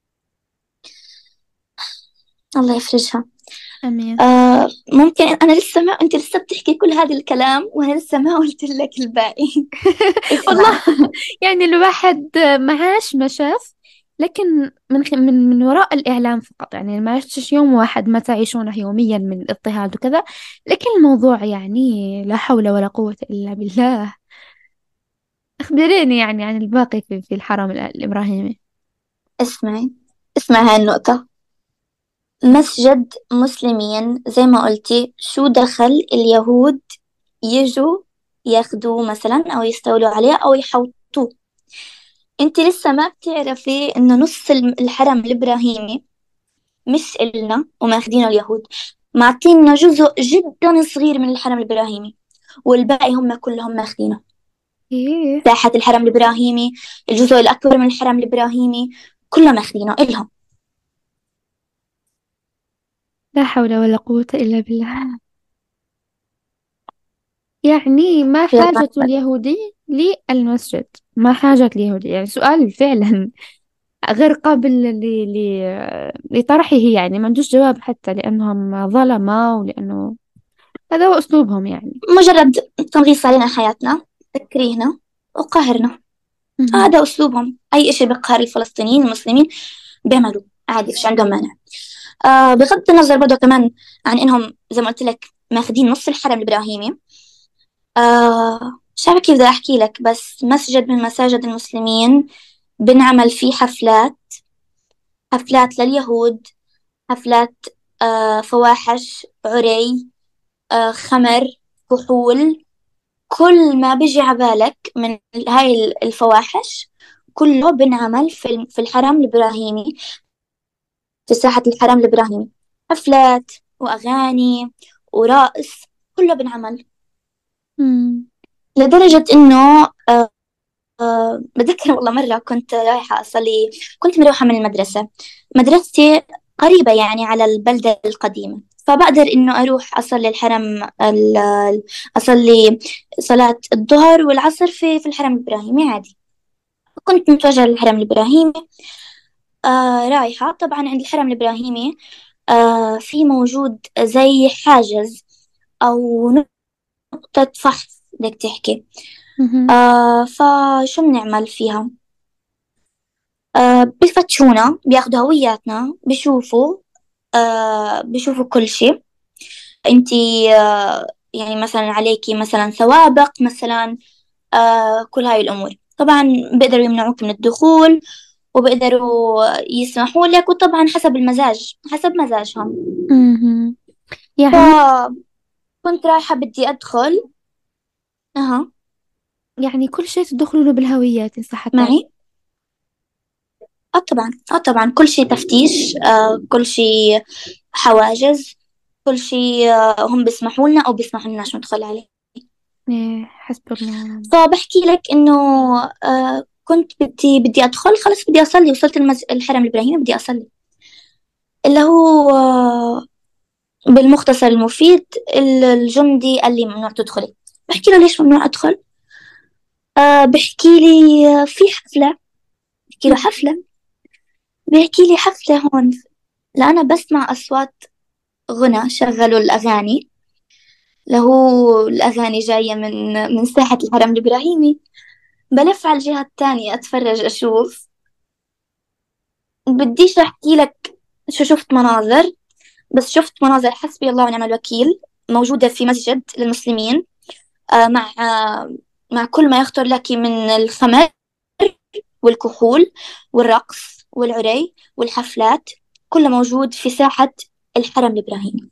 الله يفرجها. آمين. آه ممكن أنا لسه ما أنت لسه بتحكي كل هذا الكلام وأنا لسه ما قلت لك الباقي. والله اسمعي. يعني الواحد معاش ما شاف، لكن من خ- من من وراء الإعلام فقط، يعني ما عشتش يوم واحد ما تعيشونه يوميا من الاضطهاد وكذا. لكن الموضوع يعني لا حول ولا قوة إلا بالله. أخبريني يعني عن الباقي في في الحرم الإ- الإبراهيمي. اسمعي، اسمعي هاي النقطة. مسجد مسلمين زي ما قلتي، شو دخل اليهود يجوا ياخدوه مثلا أو يستولوا عليه أو يحوطوه؟ انت لسه ما بتعرفي انه نص الم- الحرم الإبراهيمي مش إلنا وماخدينه اليهود، معطينا جزء جدا صغير من الحرم الإبراهيمي والباقي هم كلهم ماخدينه. إيه. ساحة الحرم الإبراهيمي، الجزء الأكبر من الحرم الإبراهيمي، كله ماخذينه إلهم. لا حول ولا قوة إلا بالله. يعني ما يلا. حاجة اليهودي للمسجد؟ ما حاجة اليهودي، يعني سؤال فعلا غير قابل ل... ل... لطرحه، يعني ما عندوش جواب حتى، لأنهم ظلمة ولأنه هذا هو أسلوبهم يعني. مجرد تنغيص علينا حياتنا، تكريهنا وقهرنا. مهم. هذا أسلوبهم، أي إشي بيقهر الفلسطينيين المسلمين بيعملوا عادي، مش عندهم مانع. آه بغض النظر برضه كمان عن إنهم زي ما قلت لك ماخذين نص الحرم الإبراهيمي. آه مش عارفة كيف بدي أحكي لك، بس مسجد من مساجد المسلمين بنعمل فيه حفلات، حفلات لليهود، حفلات آه فواحش، عري، آه خمر، كحول، كل ما بيجي عبالك من هاي الفواحش كله بنعمل في في الحرم الإبراهيمي، في ساحة الحرم الإبراهيمي، حفلات وأغاني ورقص، كله بنعمل. مم. لدرجة إنه آه، آه، بتذكر والله مرة كنت رايحة أصلي، كنت مروحة من المدرسة، مدرستي قريبة يعني على البلدة القديمة، فبقدر إنه أروح أصلي الحرم ال- ال- أصلي صلاة الظهر والعصر في في الحرم الإبراهيمي عادي. كنت متوجهة للحرم الإبراهيمي. آه رايحة طبعا عند الحرم الإبراهيمي، آه في موجود زي حاجز أو نقطة فحص بدك تحكي. مهم. آه فشو بنعمل فيها؟ آه بفتشونا، بياخدوا هوياتنا، بيشوفوا آه بيشوفوا كل شيء. انتي آه يعني مثلا عليكي مثلا سوابق مثلا، آه كل هاي الأمور. طبعا بيقدروا يمنعوك من الدخول وبيقدروا يسمحوا لك، وطبعا حسب المزاج، حسب مزاجهم. مهم. يعني فكنت رايحة بدي أدخل. أها. يعني كل شيء تدخلوا له بالهويات إن صح التعبير. معي. اه طبعا، اه طبعا كل شيء تفتيش، آه كل شيء حواجز، كل شيء آه هم بيسمحوا لنا او بيسمحوا لناش ندخل عليه. إيه، حسبي الله ونعم. فبحكي لك انه آه كنت بدي بدي ادخل، خلص بدي اصلي، وصلت المز... الحرم الابراهيمي بدي اصلي، اللي هو آه بالمختصر المفيد ال- الجندي قال لي ممنوع تدخلي. بحكي له ليش ممنوع ادخل؟ آه بحكي لي آه، في حفلة. بحكي له حفلة؟ بيحكي لي حفلة هون. لا أنا بسمع أصوات غنى، شغلوا الأغاني، لهو الأغاني جاية من من ساحة الحرم الإبراهيمي. بلف على الجهة الثانية أتفرج أشوف، بديش أحكي لك شو شفت مناظر، بس شفت مناظر حسبي الله ونعم الوكيل، موجودة في مسجد للمسلمين، آه، مع آه، مع كل ما يخطر لك من الخمر والكحول والرقص والعري والحفلات، كله موجود في ساحة الحرم الإبراهيمي.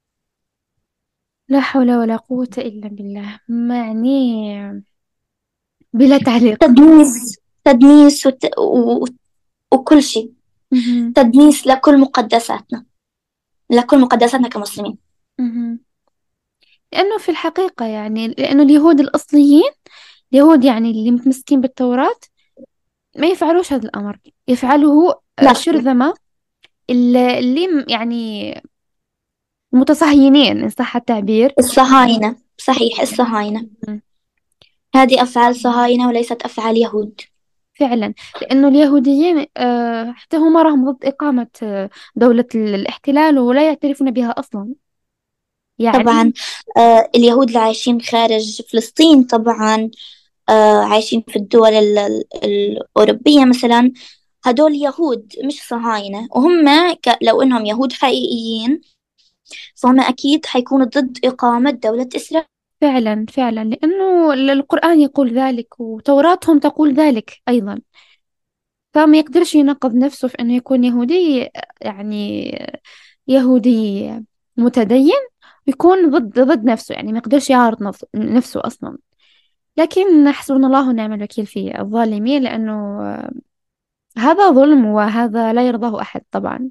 لا حول ولا قوة إلا بالله، معني بلا تعليق. تدنيس، تدنيس وت... و... وكل شيء، مهم. تدنيس لكل مقدساتنا، لكل مقدساتنا كمسلمين. مهم. لأنه في الحقيقة يعني لأنه اليهود الأصليين، اليهود يعني اللي متمسكين بالتوراة، ما يفعلوش هذا الأمر، يفعله لا، الشرذمة اللي اللي م- يعني متصهينين إن صح التعبير. الصهاينة، صحيح الصهاينة، مم. هذه أفعال صهاينة وليست أفعال يهود. فعلا، لأنه اليهوديين آه، حتى هم راهم ضد إقامة آه، دولة ال- الاحتلال ولا يعترفون بها أصلا طبعا يعني. آه اليهود اللي عايشين خارج فلسطين طبعا، آه عايشين في الدول ال- ال- الأوروبية مثلا، هدول يهود مش صهاينة، وهم ك... لو إنهم يهود حقيقيين فهم أكيد حيكونوا ضد إقامة دولة إسرائيل. فعلا فعلا، لأنه ال- القرآن يقول ذلك وتوراتهم تقول ذلك أيضا، فما يقدرش ينقذ نفسه في أنه يكون يهودي، يعني يهودي متدين، ويكون ضد ضد نفسه، يعني ما يقدرش يعارض نفسه نفسه أصلا. لكن حسبنا الله ونعم الوكيل في الظالمين، لأنه هذا ظلم وهذا لا يرضاه أحد طبعا.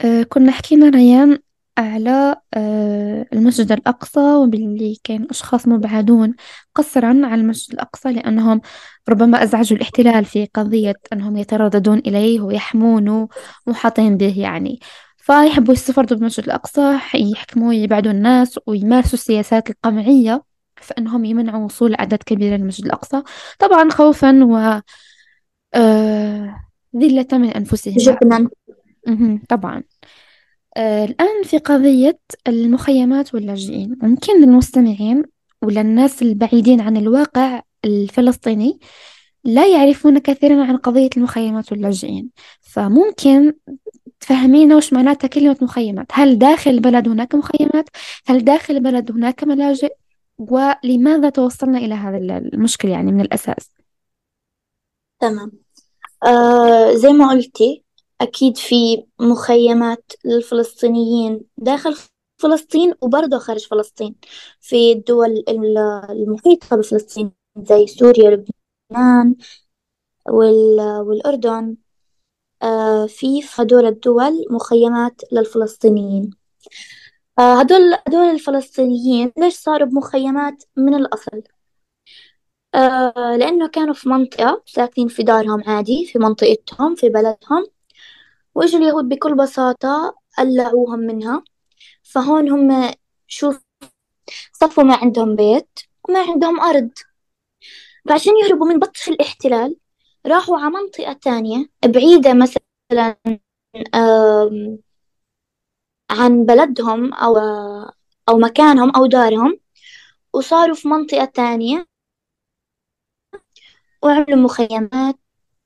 آه، كنا حكينا ريان على آه، المسجد الأقصى، وباللي كان أشخاص مبعدون قسرا على المسجد الأقصى لأنهم ربما أزعجوا الاحتلال في قضية أنهم يترددون إليه ويحمونه محاطين به يعني. فيحبوا يستفردوا بالمسجد الأقصى، يحكموا يبعدوا الناس ويمارسوا السياسات القمعية في أنهم يمنعوا وصول أعداد كبيرة للمسجد الأقصى، طبعا خوفا و آه، ذلة من أنفسهم يعني. جبنا. مهم، طبعا. آه، الآن في قضية المخيمات واللاجئين، ممكن للمستمعين وللناس البعيدين عن الواقع الفلسطيني لا يعرفون كثيرا عن قضية المخيمات واللاجئين، فممكن تفهمينا وش معناتها كلمة مخيمات؟ هل داخل البلد هناك مخيمات؟ هل داخل البلد هناك ملاجئ؟ ولماذا توصلنا إلى هذا المشكل يعني من الأساس؟ تمام. آه زي ما قلتي، أكيد في مخيمات للفلسطينيين داخل فلسطين وبرضه خارج فلسطين، في الدول ال- المحيطة بفلسطين زي سوريا، لبنان، وال- والأردن. آه في في هدول الدول مخيمات للفلسطينيين. آه هدول هدول الفلسطينيين ليش صاروا بمخيمات من الأصل؟ آه لأنه كانوا في منطقة ساكنين في دارهم عادي، في منطقتهم في بلدهم، وإجوا اليهود بكل بساطة قلعوهم منها. فهون هم شوف صفوا ما عندهم بيت وما عندهم أرض، فعشان يهربوا من بطش الاحتلال راحوا على منطقة تانية بعيدة مثلا آم، عن بلدهم أو أو مكانهم أو دارهم، وصاروا في منطقة تانية وعملوا مخيمات.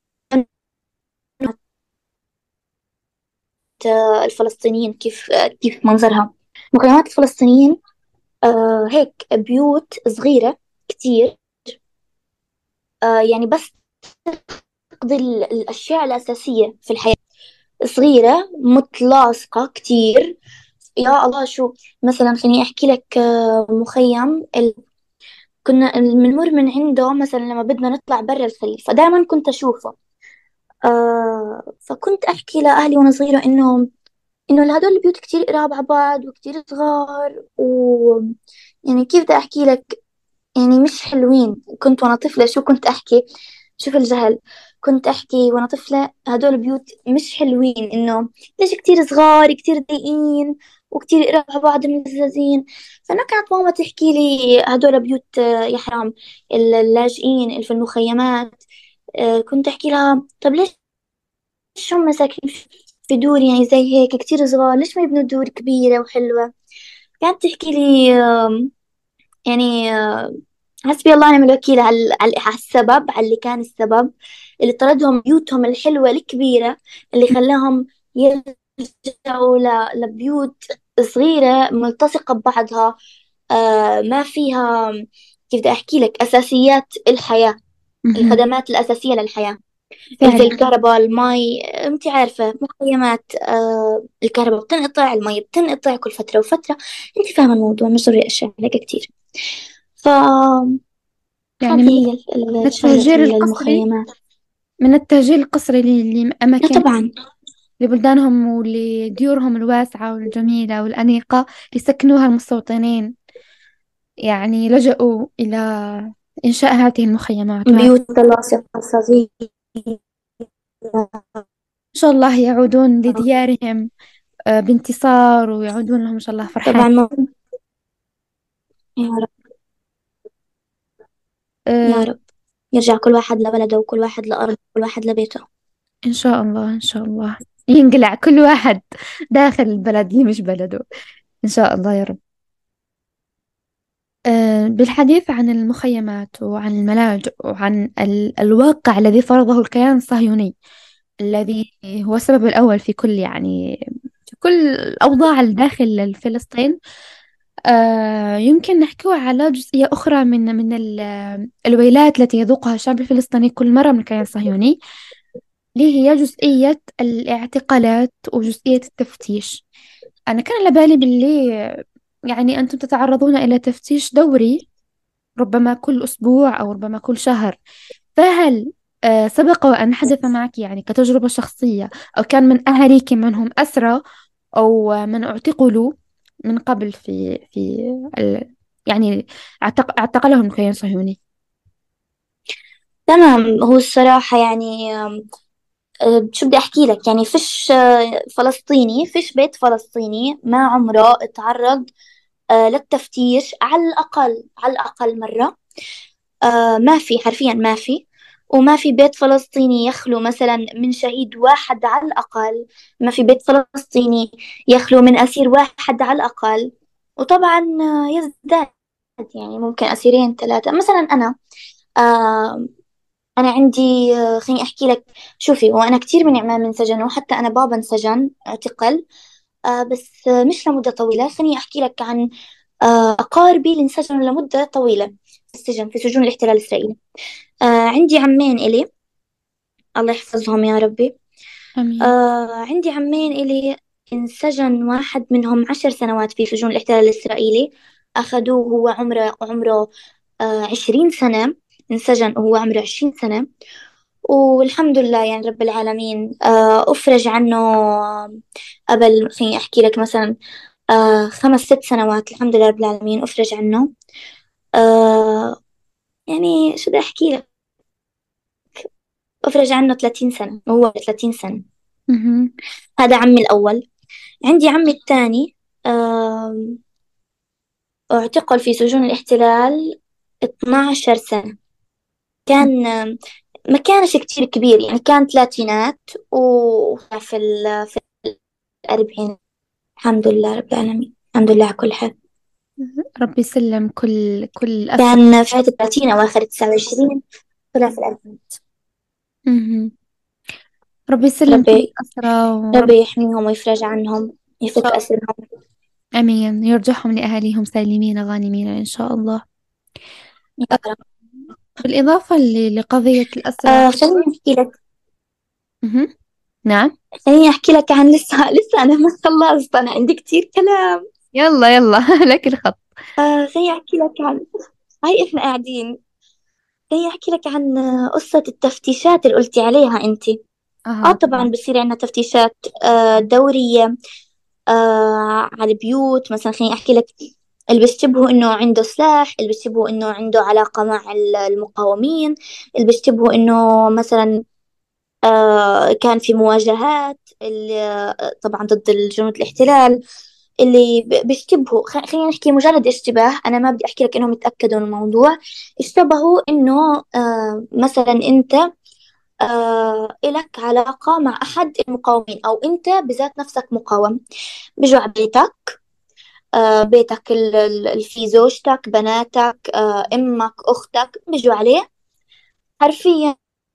آه، الفلسطينيين كيف آه، كيف منظرها مخيمات الفلسطينيين؟ آه هيك بيوت صغيرة كتير، آه يعني بس تقضي ال- الأشياء الأساسية في الحياة، صغيرة متلاصقة كتير. يا الله شو، مثلا خليني أحكي لك آه مخيم ال... كنا بنمر من عنده مثلا لما بدنا نطلع برا الخليل، فدائما كنت أشوفه. آه فكنت أحكي لأهلي وأنا صغيرة إنه إنه هدول البيوت كتير قراب على بعض وكتير صغار، و يعني كيف بدي أحكي لك، يعني مش حلوين. كنت وانا طفلة شو كنت احكي؟ شوف الجهل. كنت احكي وانا طفلة هدول بيوت مش حلوين، انه ليش كتير صغار كتير ضيقين وكتير قراب على بعض ملززين. فانا كانت ماما تحكي لي هدول بيوت آه، يا حرام، اللاجئين اللي في المخيمات. آه، كنت احكي لها طب ليش هم ساكنين في دور يعني زي هيك كتير صغار، ليش ما يبنوا دور كبيرة وحلوة؟ كانت تحكي لي آم، يعني آه، حسبي الله ونعم الوكيل على على على السبب، على اللي كان السبب اللي طردهم بيوتهم الحلوة الكبيرة، اللي خلاهم يلجأوا ل- لبيوت صغيرة ملتصقة ببعضها، آه ما فيها، كيف بدي أحكي لك، أساسيات الحياة، مهم. الخدمات الأساسية للحياة، اللي زي فعلا. الكهرباء، المي. أنت عارفة مخيمات، آه الكهرباء بتنقطع، المي بتنقطع كل فترة وفترة. أنت فاهمة الموضوع، مش ضروري أشرح لك كتير. ف يعني هذه من هي ال- ال- شغلة التهجير القسري، المخيمات. من التهجير القسري ل- لا لأماكن، طبعا. لبلدانهم ولديورهم الواسعة والجميلة والأنيقة ليسكنوها المستوطنين، يعني لجأوا إلى إنشاء هذه المخيمات، وإن بيوت لاصقة صغيرة. شاء الله يعودون لديارهم آه، بانتصار، ويعودون لهم إن شاء الله فرحان. طبعا ما يا رب. آه، يا رب يرجع كل واحد لبلده وكل واحد لأرضه وكل واحد لبيته. إن شاء الله، إن شاء الله ينقلع كل واحد داخل البلد اللي مش بلده، إن شاء الله يا رب. آه، بالحديث عن المخيمات وعن الملاجئ وعن ال- الواقع الذي فرضه الكيان الصهيوني، الذي هو السبب الأول في كل يعني في كل الأوضاع الداخل فلسطين. آه يمكن نحكي على جزئية أخرى من من ال- الويلات التي يذوقها الشعب الفلسطيني كل مرة من الكيان الصهيوني، اللي هي جزئية الاعتقالات وجزئية التفتيش. أنا كان على بالي باللي يعني أنتم تتعرضون إلى تفتيش دوري، ربما كل أسبوع أو ربما كل شهر. فهل آه، سبق وأن حدث معك يعني كتجربة شخصية، أو كان من أهليك من هم أسرى أو من اعتقلوا من قبل في في ال... يعني اعتق... اعتقلهم الكيان الصهيوني. تمام. هو الصراحة يعني آم، آه، شو بدي أحكي لك، يعني فيش آه، فلسطيني، فيش بيت فلسطيني ما عمره تعرض آه، للتفتيش على الأقل، على الأقل مرة. آه ما في، حرفيا ما في. وما في بيت فلسطيني يخلو مثلا من شهيد واحد على الأقل. ما في بيت فلسطيني يخلو من أسير واحد على الأقل. وطبعا آه، يزداد، يعني ممكن أسيرين ثلاثة مثلا. أنا آه أنا عندي آه خليني أحكي لك. شوفي، هو أنا كتير من عمام انسجنوا، حتى أنا بابا انسجن، اعتقل. آه بس آه مش لمدة طويلة. خليني أحكي لك عن آه أقاربي اللي انسجنوا لمدة طويلة في السجن، في سجون الاحتلال الإسرائيلي. آه عندي عمين إلي، الله يحفظهم يا ربي. آمين. آه عندي عمين إلي انسجن واحد منهم عشر سنوات في سجون الاحتلال الإسرائيلي. أخذوه وهو عمره عمره آه عشرين سنة. انسجن وهو عمره عشرين سنة. والحمد لله يعني رب العالمين آه أفرج عنه آه، قبل، خليني أحكي لك مثلا آه خمس ست سنوات. الحمد لله رب العالمين أفرج عنه. آه يعني شو بدي أحكي لك، أفرج عنه ثلاثين سنة وهو ثلاثين سنة. مهم. هذا عمي الأول. عندي عمي الثاني آم، اعتقل في سجون الاحتلال اثنا عشر سنة. كان آم، ما كانش كتير كبير، يعني كان ثلاثينات وفي ال- في الأربعين. الحمد لله رب العالمين، الحمد لله على كل حال. ربي يسلم كل كل الأسرى. كان في الثلاثين أواخر تسعة وعشرين، طلع في الأربعين. مهم. ربي يسلم كل ربي الأسرى ورب. ربي يحميهم ويفرج عنهم، إن يفك شاء الله. أسرهم. آمين، يرجعهم لأهاليهم سالمين غانمين إن شاء الله. يا رب. بالإضافة ل- لقضية الأسرى. آه خليني أحكي لك مهم. نعم. خليني أحكي لك عن لسه لسه أنا ما خلصت، أنا عندي كتير كلام. يلا يلا لك الخط. آه خليني أحكي لك عن، هاي إحنا قاعدين. خليني أحكي لك عن آه، قصة التفتيشات اللي قلتي عليها أنتي. آه آه طبعا طبعا. بصير عندنا تفتيشات آه دورية آه على البيوت. مثلا خليني أحكي لك، اللي بيشتبهوا إنه عنده سلاح، اللي بيشتبهوا إنه عنده علاقة مع ال- المقاومين، اللي بيشتبهوا إنه مثلا آه كان في مواجهات اللي آه، طبعا ضد الجنود الاحتلال. اللي ب- بيشتبهوا، خ- خلينا نحكي مجرد اشتباه، أنا ما بدي أحكي لك إنهم يتأكدوا من الموضوع. اشتبهوا إنه آه مثلا أنت آه إلك علاقة مع أحد المقاومين، أو أنت بذات نفسك مقاوم. بيجوا على بيتك، آه بيتك ال- ال- اللي فيه زوجتك، بناتك، آه أمك، أختك، بيجوا عليه حرفيا.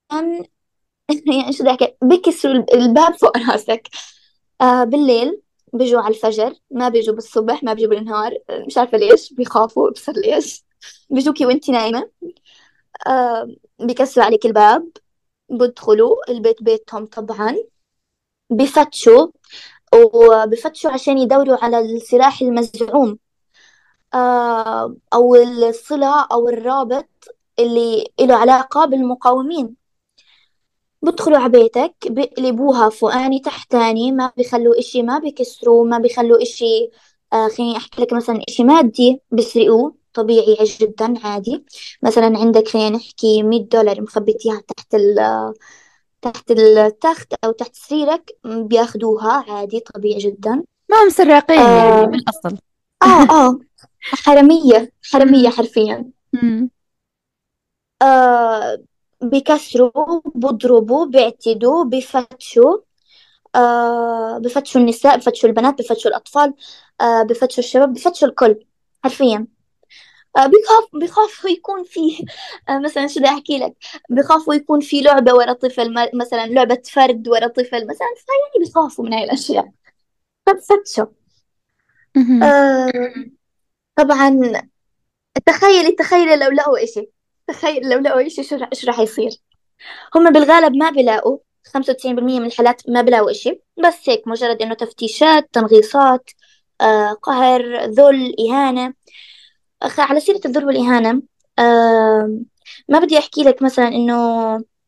يعني شو بدي أحكي، بكسروا الباب فوق راسك. آه بالليل، بيجوا على الفجر، ما بيجوا بالصبح، ما بيجوا بالنهار. آه، مش عارفة ليش بيخافوا، بصير ليش بيجوكي وانتي نايمة. آه بيكسروا عليك الباب، بدخلوا البيت بيتهم طبعا، بفتشوا، وبفتشوا عشان يدوروا على السلاح المزعوم آه أو الصلة أو الرابط اللي له علاقة بالمقاومين. بدخلوا على بيتك، بقلبوها فوقاني تحتاني، ما بيخلوا إشي، ما بيكسروا، ما بيخلوا إشي. آه خليني أحكي لك مثلا إشي مادي بيسرقوه طبيعي جدا عادي. مثلا عندك خلينا نحكي مية دولار مخبيتيها تحت ال تحت التخت أو تحت سريرك، م، بياخدوها عادي طبيعي جدا. ما هم سراقين يعني آه بالأصل. آه آه حرامية، حرامية مم. حرفيا. مم. آه بيكسروا، بيضربوا، بيعتدوا، بيفتشوا. آه بفتشوا النساء، بفتشوا البنات، بفتشوا الأطفال، آه بفتشوا الشباب، بفتشوا الكل حرفيا. آه بيخاف بيخافوا يكون في آه مثلا شو بدي أحكي لك، بيخافوا يكون في لعبة ورا طفل، م- مثلا لعبة فرد ورا طفل مثلا، فيعني بيخافوا من هاي الأشياء، فبفتشوا. مهم. آه طبعا تخيلي تخيلي لو لقوا إشي، تخيل لو لقوا إشي، شو رح- شو راح يصير. هم بالغالب ما بيلاقوا، خمسة وتسعين بالمية من الحالات ما بيلاقوا إشي، بس هيك مجرد إنه تفتيشات، تنغيصات، آه، قهر، ذل، إهانة. أخ على سيرة الذل والإهانة، آه، ما بدي أحكي لك مثلا إنه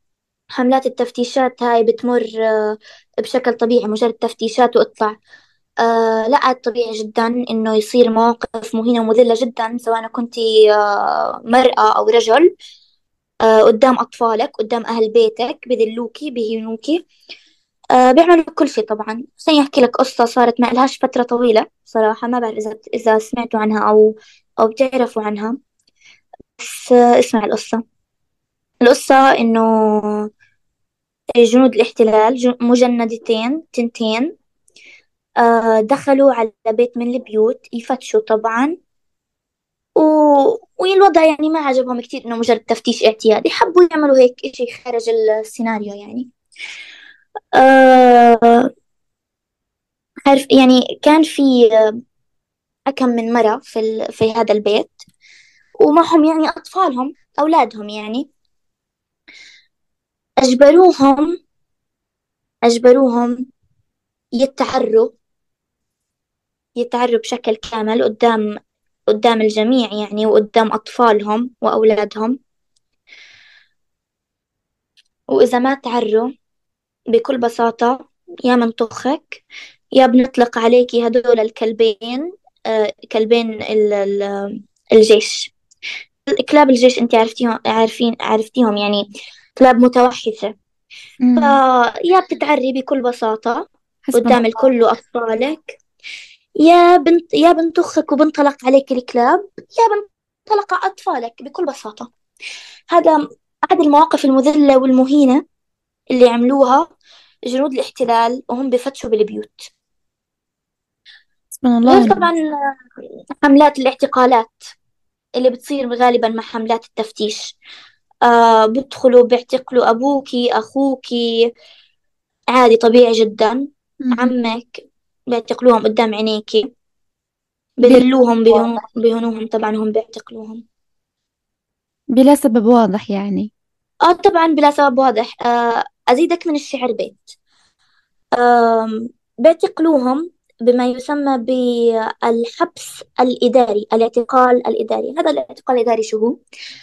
حملات التفتيشات هاي بتمر آه، بشكل طبيعي، مجرد تفتيشات واطلع. آه لا، عاد طبيعي جدا إنه يصير مواقف مهينة ومذلة جدا، سواء كنتي آه مرأة أو رجل. آه قدام أطفالك، قدام أهل بيتك، بذلوكي بهينوكي. آه بيعملوا كل شيء طبعا. خليني أحكي لك قصة صارت ما لهاش فترة طويلة صراحة، ما بعرف إذا إذا سمعتوا عنها أو أو بتعرفوا عنها. بس آه اسمع القصة. القصة إنه جنود الاحتلال، جو- مجندتين تنتين، آه دخلوا على بيت من البيوت يفتشوا طبعا. و... والوضع يعني ما عجبهم كتير، إنه مجرد تفتيش اعتيادي، حبوا يعملوا هيك إشي خارج السيناريو يعني. آه عارف يعني كان في كم من مرة في ال... في هذا البيت، ومعهم يعني أطفالهم، أولادهم يعني. أجبروهم أجبروهم يتعروا يتعروا بشكل كامل قدام قدام الجميع يعني، وقدام أطفالهم وأولادهم. وإذا ما تعروا، بكل بساطة، يا منطخك، يا بنطلق عليكي هدول الكلبين. آه كلبين ال- ال- الجيش. كلاب الجيش انت عرفتيهم، عارفين عرفتيهم يعني، كلاب متوحشة. أمم. فيا بتتعري بكل بساطة حسبنا قدام الله. الكل وأطفالك، يا بنت يا بنت أخك وبنطلق عليك الكلاب، يا بنطلق على أطفالك بكل بساطة. هذا أحد المواقف المذلة والمهينة اللي عملوها جنود الاحتلال وهم بفتشوا بالبيوت. حسبنا الله غير ونعم. طبعا حملات الاعتقالات اللي بتصير غالبا مع حملات التفتيش. آه بدخلوا بيعتقلوا أبوكي، أخوكي، عادي طبيعي جدا. مهم. عمك، بيعتقلوهم قدام عينيكي، بلا بذلوهم، سبب بيهنو واضح. بيهنوهم طبعا، هم بيعتقلوهم. بلا سبب واضح يعني. اه طبعا بلا سبب واضح. آه أزيدك من الشعر بيت. آم، بيعتقلوهم بما يسمى بالحبس الإداري، الاعتقال الإداري. هذا الاعتقال الإداري شو هو؟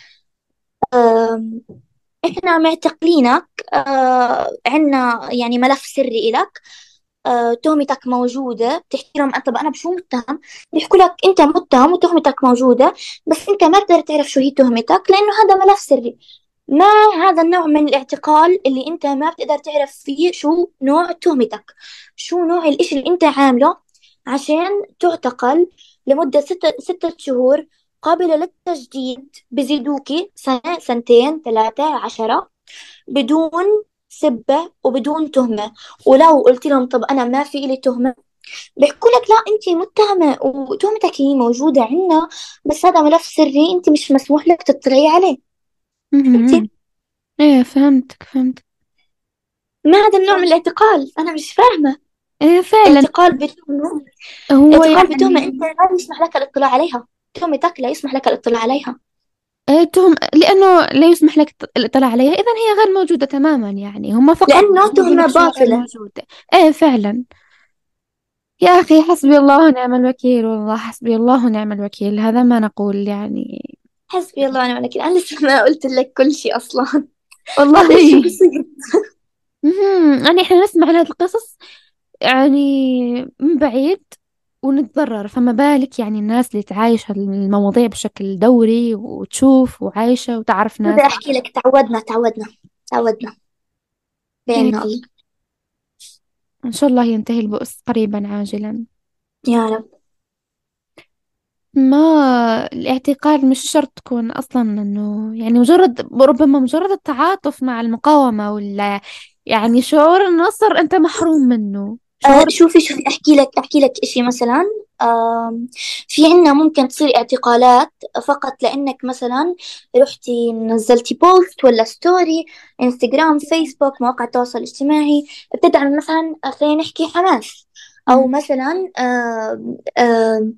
آم، إحنا معتقلينك، آه، عنا يعني ملف سري إلك، آه، تهمتك موجودة، بتحكي لهم أنت، طب أنا بشو متهم؟ بيحكوا لك أنت متهم وتهمتك موجودة، بس أنت ما بتقدر تعرف شو هي تهمتك لأنه هذا ملف سري. ما هذا النوع من الاعتقال اللي أنت ما بتقدر تعرف فيه شو نوع تهمتك، شو نوع الإشي اللي أنت عامله عشان تعتقل لمدة ستة ستة شهور قابلة للتجديد، بزيدوكي سنة، سنتين، ثلاثة، عشرة، بدون سبة وبدون تهمة. ولو قلت لهم طب أنا ما في إلي تهمة، بيحكوا لك لا أنت متهمة وتهمتك هي موجودة عنا، بس هذا ملف سري أنت مش مسموح لك تطلعي عليه. مهم. فهمتي؟ ايه فهمتك فهمتك. ما هذا النوع من الاعتقال؟ أنا مش فاهمة. ايه فعلا. اعتقال بتهمة، هو اعتقال بتهمة يعني أنت لا يسمح لك الاطلاع عليها، تهمتك لا يسمح لك الاطلاع عليها. إيه تهم لأنه لا يسمح لك الط- الاطلاع عليها، إذا هي غير موجودة تماما يعني، هم فقط لأنه يقولوا تهمة لك شيء غير باطلة. موجودة. ايه فعلا. يا أخي حسبي الله ونعم الوكيل، والله حسبي الله ونعم الوكيل، هذا ما نقول يعني. حسبي الله ونعم الوكيل. أنا لسه ما قلت لك كل شيء أصلا. هذا إشي والله. بسيط. مهم. يعني احنا نسمع لهذه القصص يعني من بعيد ونتضرر، فما بالك يعني الناس اللي تعايش المواضيع بشكل دوري وتشوف وعايشة وتعرف ناس. بدي أحكي لك، تعودنا تعودنا تعودنا، إيه، بيننا الله. إن شاء الله ينتهي البؤس قريبا عاجلا. يا رب. ما الاعتقال مش شرط تكون أصلا إنه يعني مجرد، ربما مجرد التعاطف مع المقاومة، ولا يعني شعور النصر أنت محروم منه، آه شعور. شوفي شوفي أحكي لك أحكي لك إشي مثلا. آم في عنا ممكن تصير اعتقالات فقط لأنك مثلا رحتي نزلتي بوست ولا ستوري، انستغرام، فيسبوك، مواقع التواصل الاجتماعي، بتدعم مثلا، خلينا نحكي حماس، أو مم. مثلا آم آم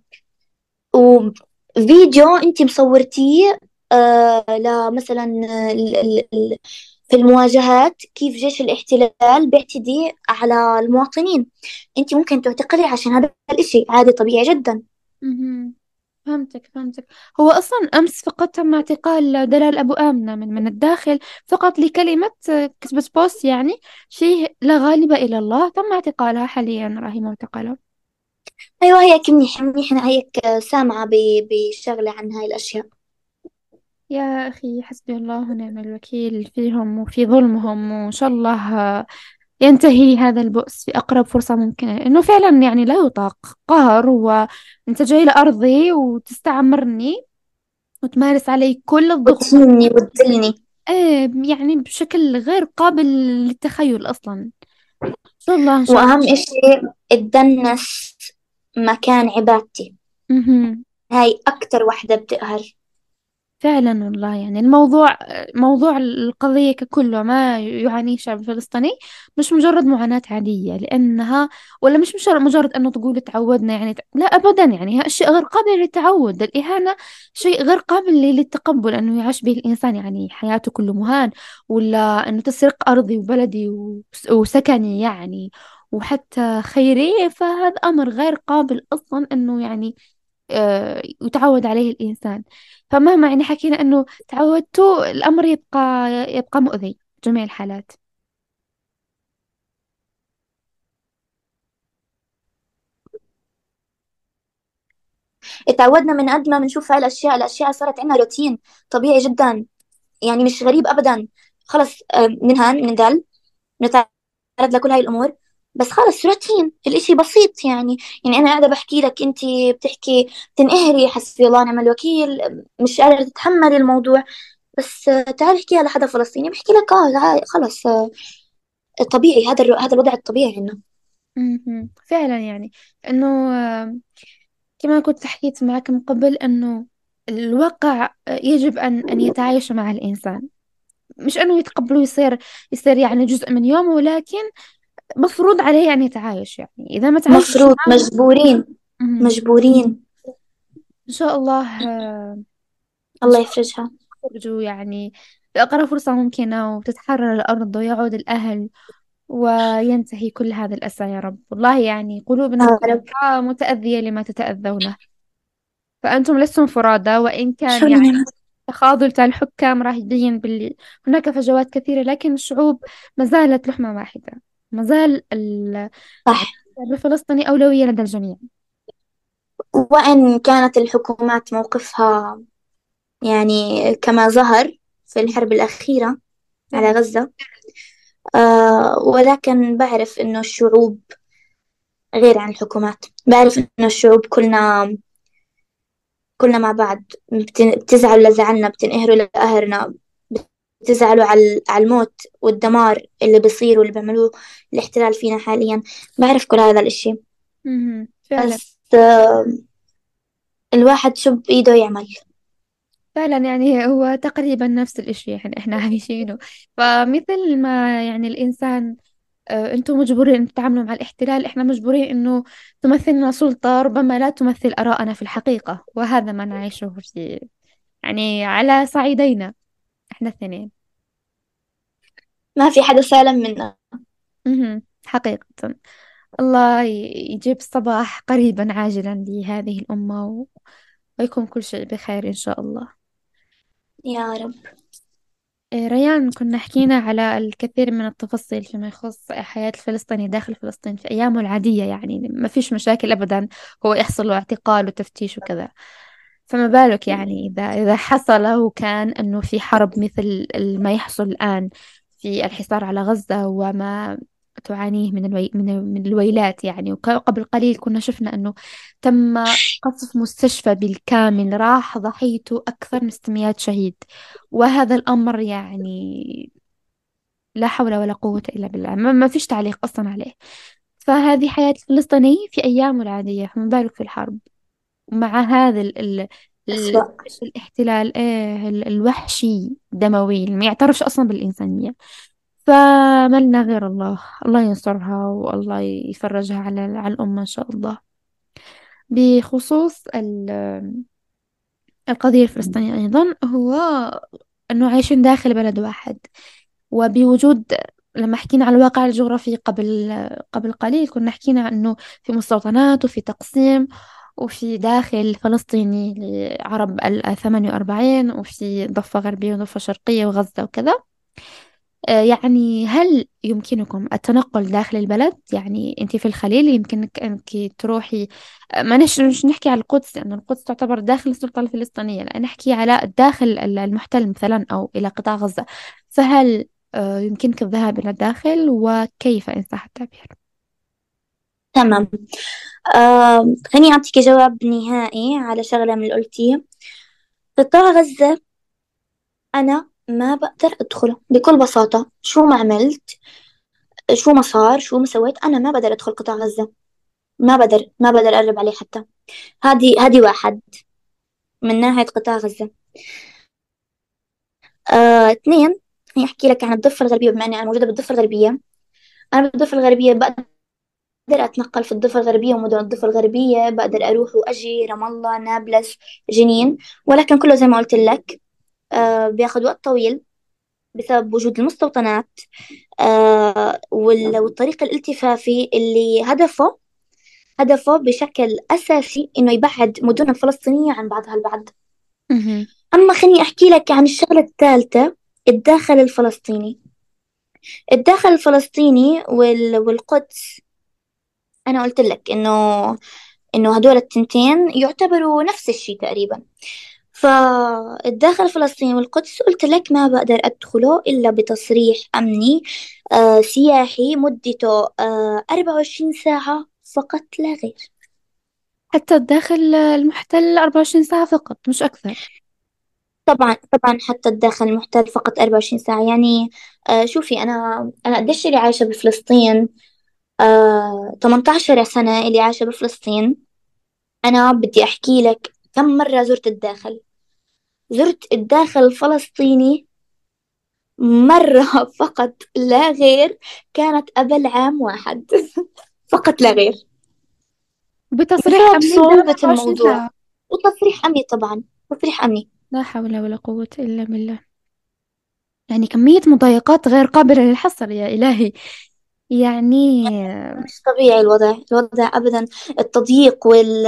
وفيديو انت مصورتيه، آه لمثلا ال- ال- ال- في المواجهات كيف جيش الاحتلال بيعتدي على المواطنين، انت ممكن تعتقلي عشان هذا الاشي، عادي طبيعي جدا. مهم. فهمتك فهمتك. هو أصلا أمس فقط تم اعتقال دلال أبو آمنة من من الداخل، فقط لكلمة آه، كتبت بوست يعني شيء لا غالب إلى الله، تم اعتقالها حاليا، راهي معتقلة. أيوة هيك منيح منيح، أنا هيك سامعة ب- بشغلة عن هاي الأشياء. يا أخي حسبي الله ونعم الوكيل فيهم وفي ظلمهم، وإن شاء الله آه، ينتهي هذا البؤس في أقرب فرصة ممكنة، إنه فعلا يعني لا يطاق قهر، وأنت جاي لأرضي وتستعمرني وتمارس علي كل الضغوطات. وتهيني وتذلني. إيه يعني بشكل غير قابل للتخيل أصلا. إن شاء الله إن شاء الله. وأهم إشي اتدنس مكان عبادتي. مهم. هاي أكتر وحدة بتقهر. فعلا والله، يعني الموضوع موضوع القضية ككل ما يعانيه الشعب الفلسطيني مش مجرد معاناة عادية لأنها، ولا مش مجرد مجرد أنه تقول تعودنا، يعني لا أبدا، يعني ها شيء غير قابل للتعود. الإهانة شيء غير قابل للتقبل أنه يعيش به الإنسان، يعني حياته كله مهان، ولا أنه تسرق أرضي وبلدي وس- وسكني يعني، وحتى خيري، فهذا أمر غير قابل أصلا أنه يعني آه، يتعود عليه الإنسان. فمهما يعني حكينا أنه تعودتوا، الأمر يبقى يبقى مؤذي في جميع الحالات. اتعودنا من قد ما بنشوف هاي الأشياء، الأشياء صارت عنا روتين طبيعي جدا، يعني مش غريب أبدا. خلص آه، بننهان بننقل بنتعرض لكل هاي الأمور، بس خلص روتين، الإشي بسيط يعني. يعني أنا قاعدة بحكي لك، أنت بتحكي بتنقهري، حسبي الله ونعم الوكيل، مش قادرة تتحملي الموضوع. بس آه، تعال احكيها لحدا فلسطيني بحكي لك اه هاي خلص آه، طبيعي، هذا الر- هذا الوضع الطبيعي عندنا. مهم. فعلا يعني أنه آه، كما كنت حكيت معك من قبل أنه الواقع آه، يجب أن أن يتعايش مع الإنسان، مش أنه يتقبله يصير يصير يعني جزء من يومه، ولكن مفروض عليه أن يتعايش. يعني إذا ما تعايشش مفروض معه. مجبورين. مهم. مجبورين. إن شاء الله آه، إن الله شاء الله يفرجها. يخرجوا يعني بأقرب فرصة ممكنة وتتحرر الأرض ويعود الأهل وينتهي كل هذا الأسى يا رب. والله يعني قلوبنا يا رب. كلها متأذية لما تتأذونه، فأنتم لستم فرادى، وإن كان شو يعني بدنا نعمل؟ تخاذل تاع الحكام راح يبين باللي هناك فجوات كثيرة، لكن الشعوب ما زالت لحمة واحدة، ما زال ال- صح. يعني الشعب الفلسطيني أولوية لدى الجميع. وإن كانت الحكومات موقفها يعني كما ظهر في الحرب الأخيرة على فعلا. غزة، آه ولكن بعرف إنه الشعوب غير عن الحكومات. بعرف إنه الشعوب كلنا كلنا مع بعض، بتن- بتزعلوا لزعلنا، بتنقهروا لقهرنا، بتزعلوا على على الموت والدمار اللي بيصير واللي بيعملوه الاحتلال فينا حاليا. بعرف كل هذا الإشي، مهم. فعلا. بس آه الواحد شو بإيده يعمل. فعلا يعني هو تقريبا نفس الإشي يعني إحنا عايشينه. فمثل ما يعني الإنسان آه، أنتم مجبورين أن تتعاملوا مع الاحتلال، إحنا مجبورين أنه تمثلنا سلطة ربما لا تمثل آراءنا في الحقيقة، وهذا ما نعيشه في يعني على صعيدينا إحنا الاثنين. ما في حدا سالم منا. مهم. حقيقة. الله ي- يجيب الصباح قريبا عاجلا لهذه الأمة و... ويكون كل شيء بخير إن شاء الله. يا رب. إيه، ريان، كنا حكينا على الكثير من التفاصيل فيما يخص حياة الفلسطيني داخل فلسطين في أيامه العادية، يعني ما فيش مشاكل أبدا هو يحصل له اعتقال وتفتيش وكذا. فما بالك يعني إذا إذا حصل وكان أنه في حرب مثل ما يحصل الآن في الحصار على غزة وما تعانيه من الوي من من الويلات يعني. وقبل قليل كنا شفنا أنه تم قصف مستشفى بالكامل، راح ضحيته أكثر من ستمائة شهيد. وهذا الأمر يعني لا حول ولا قوة إلا بالله، ما ما فيش تعليق أصلا عليه. فهذه حياة الفلسطيني في أيامه العادية، فما بالك في الحرب مع هذا ال ال ال أسوأ. الاحتلال إيه ال- الوحشي دموي اللي ما يعترفش أصلا بالإنسانية. فملنا غير الله، الله ينصرها والله يفرجها على على الأمة إن شاء الله. بخصوص ال- القضية الفلسطينية أيضا، هو أنه عايشين داخل بلد واحد، وبوجود، لما حكينا على الواقع الجغرافي قبل قبل قليل كنا حكينا أنه في مستوطنات وفي تقسيم، وفي داخل فلسطيني لعرب الثمانية وأربعين، وفي ضفة غربية وضفة شرقية وغزة وكذا. آه، يعني هل يمكنكم التنقل داخل البلد؟ يعني أنت في الخليل يمكنك أنك تروحي، آه، ما نش مش نحكي على القدس لأن القدس تعتبر داخل السلطة الفلسطينية، لا نحكي على داخل المحتل مثلا أو إلى قطاع غزة. فهل آه، يمكنك الذهاب إلى الداخل، وكيف إن صح التعبير؟ تمام. آه خليني أعطيك جواب نهائي على شغلة من اللي قلتيه. قطاع غزة أنا ما بقدر أدخله بكل بساطة، شو ما عملت، شو ما صار، شو ما سويت، أنا ما بقدر أدخل قطاع غزة. ما بقدر ما بقدر أقرب عليه حتى. هذه هذه واحد من ناحية قطاع غزة. آه اثنين، خليني أحكي لك عن الضفة الغربية. بما إني أنا موجودة بالضفة الغربية، أنا بالضفة الغربية بقدر أتنقل في الضفة الغربية ومدن الضفة الغربية، بقدر أروح وأجي رام الله، نابلس، جنين. ولكن كله زي ما قلت لك آه بياخد وقت طويل بسبب وجود المستوطنات، آه وال- والطريق الالتفافي اللي هدفه هدفه بشكل أساسي إنه يبعد مدن الفلسطينية عن بعضها البعض. مهم. أما خليني أحكي لك عن الشغلة الثالثة، الداخل الفلسطيني. الداخل الفلسطيني وال... والقدس، أنا قلت لك إنه إنه هدول التنتين يعتبروا نفس الشيء تقريبا. فالداخل الفلسطيني والقدس قلت لك ما بقدر أدخله إلا بتصريح أمني آه سياحي مدته آه أربعة وعشرين ساعة فقط لا غير. حتى الداخل المحتل أربعة وعشرين ساعة فقط مش أكثر؟ طبعا طبعا حتى الداخل المحتل فقط أربعة وعشرين ساعة. يعني آه شوفي، أنا أنا قديش اللي عايشة بفلسطين، آه ثمانية عشر سنة اللي عايشة بفلسطين. أنا بدي أحكي لك كم مرة زرت الداخل. زرت الداخل الفلسطيني مرة فقط لا غير، كانت قبل عام واحد فقط لا غير. بتصريح بسبب أمني دام صعوبة أربعة وعشرين الموضوع. ساعة؟ وتصريح أمني طبعا، تصريح أمني. لا حول ولا قوة إلا بالله. يعني كمية مضايقات غير قابلة للحصر يا إلهي. يعني مش طبيعي الوضع، الوضع أبدا. التضييق وال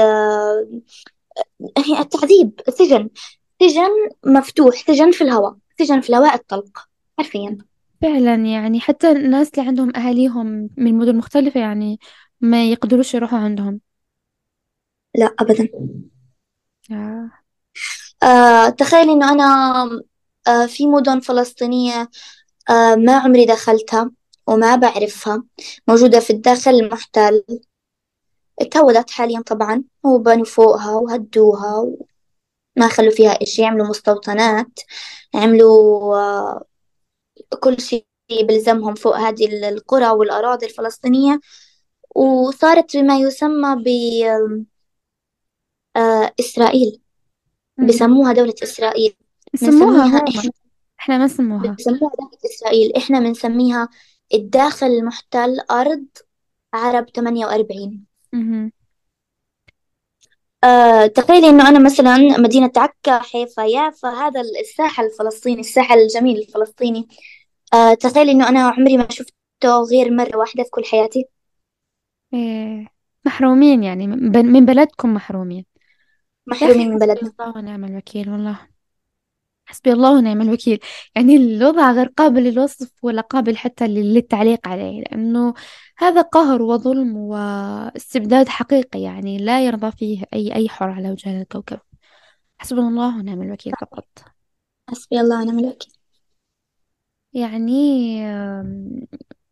هي التعذيب، سجن، سجن مفتوح، سجن في الهواء، سجن في الهواء الطلق حرفيا. فعلا، يعني حتى الناس اللي عندهم أهاليهم من مدن مختلفة يعني ما يقدروش يروحوا عندهم. لا أبدا. آه. آه تخيل إنه أنا آه في مدن فلسطينية آه ما عمري دخلتها وما بعرفها، موجودة في الداخل المحتل. اتهودت حاليا طبعا وبنوا فوقها وهدوها وما خلوا فيها إشي، عملوا مستوطنات، عملوا آه كل شيء بلزمهم فوق هذه القرى والأراضي الفلسطينية. وصارت بما يسمى بإسرائيل، مهم. بسموها دولة إسرائيل. سموها بنسميها هم، إحنا إحنا ما سموها. بنسموها دولة إسرائيل، إحنا بنسميها الداخل المحتل أرض عرب ثمانية وأربعين. مهم. أه تخيلي إنه أنا مثلا مدينة عكا، حيفا، يافا، هذا الساحل الفلسطيني، الساحل الجميل الفلسطيني. أه تخيلي إنه أنا عمري ما شفته غير مرة واحدة في كل حياتي. إيه. محرومين يعني من بل- من بلدكم محرومين. يا أخي محرومين من حسبي بلدنا. الله ونعم الوكيل والله. حسبي الله ونعم الوكيل. يعني الوضع غير قابل للوصف ولا قابل حتى لل- للتعليق عليه، لأنه هذا قهر وظلم واستبداد حقيقي يعني لا يرضى فيه أي أي حر على وجه هذا الكوكب. حسبنا الله ونعم الوكيل فقط. حسبي الله ونعم الوكيل. يعني أم،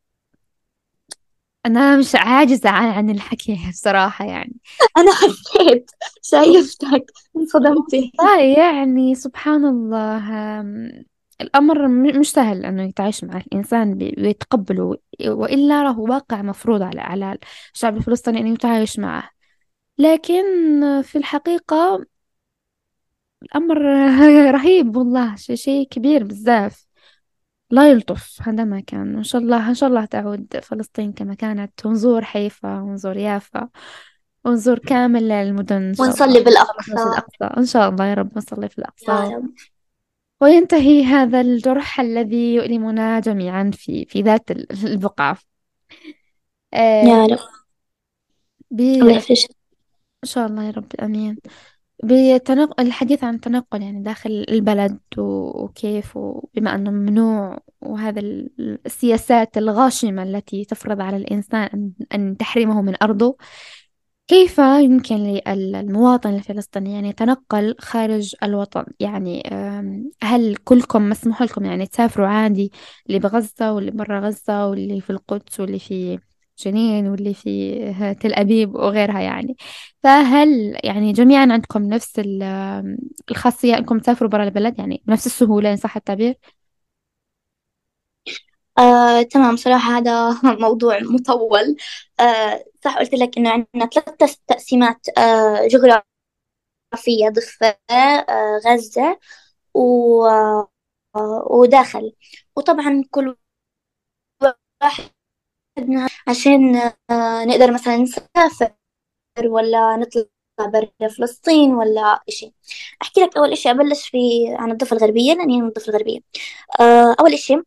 أنا مش عاجزة عن عن الحكي بصراحة يعني. أنا حسيت، شايفتك، انصدمتي. والله يعني سبحان الله. أم، الأمر م- مش سهل أنه يتعايش مع الإنسان بي- ويتقبله، وإلا راه واقع مفروض على على الشعب الفلسطيني أن يتعايش معه. لكن في الحقيقة الأمر رهيب والله، شيء شيء كبير بزاف. لا يلطف هذا ما كان. إن شاء الله إن شاء الله تعود فلسطين كما كانت، ونزور حيفا ونزور يافا ونزور كامل المدن إن شاء الله. ونصلي نخلص المسجد بالأقصى. الأقصى إن شاء الله، يا رب نصلي في يا الأقصى، رب. وينتهي هذا الجرح الذي يؤلمنا جميعا في في ذات ال- البقعة. آه، يا رب. ب- الله يفرجك. إن شاء الله يا رب آمين. بتنقل الحديث عن التنقل يعني داخل البلد و- وكيف، وبما أنه ممنوع، وهذا ال- السياسات الغاشمة التي تفرض على الإنسان أن أن تحرمه من أرضه. كيف يمكن للمواطن الفلسطيني يعني يتنقل خارج الوطن؟ يعني أم، هل كلكم مسموح لكم يعني تسافروا عادي، اللي بغزة واللي برا غزة واللي في القدس واللي في جنين واللي في تل أبيب وغيرها يعني؟ فهل يعني جميعا عندكم نفس ال- أم، الخاصية أنكم تسافروا برا البلد يعني بنفس السهولة إن صح التعبير؟ آه، تمام. صراحة هذا موضوع مطول. آه، صح، قلت لك إنه عندنا ثلاث تقسيمات آه جغرافية: ضفة، آه غزة، و آه، وداخل. وطبعا كل واحد منها عشان آه نقدر مثلا نسافر ولا نطلع برا فلسطين ولا إشي. أحكي لك أول إشي، أبلش في عن الضفة الغربية لأني من الضفة الغربية. آه أول إشي،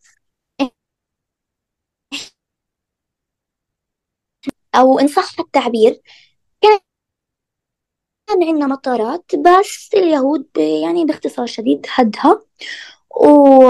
أو إن صح التعبير، كان عندنا مطارات بس اليهود ب- يعني باختصار شديد هدها و...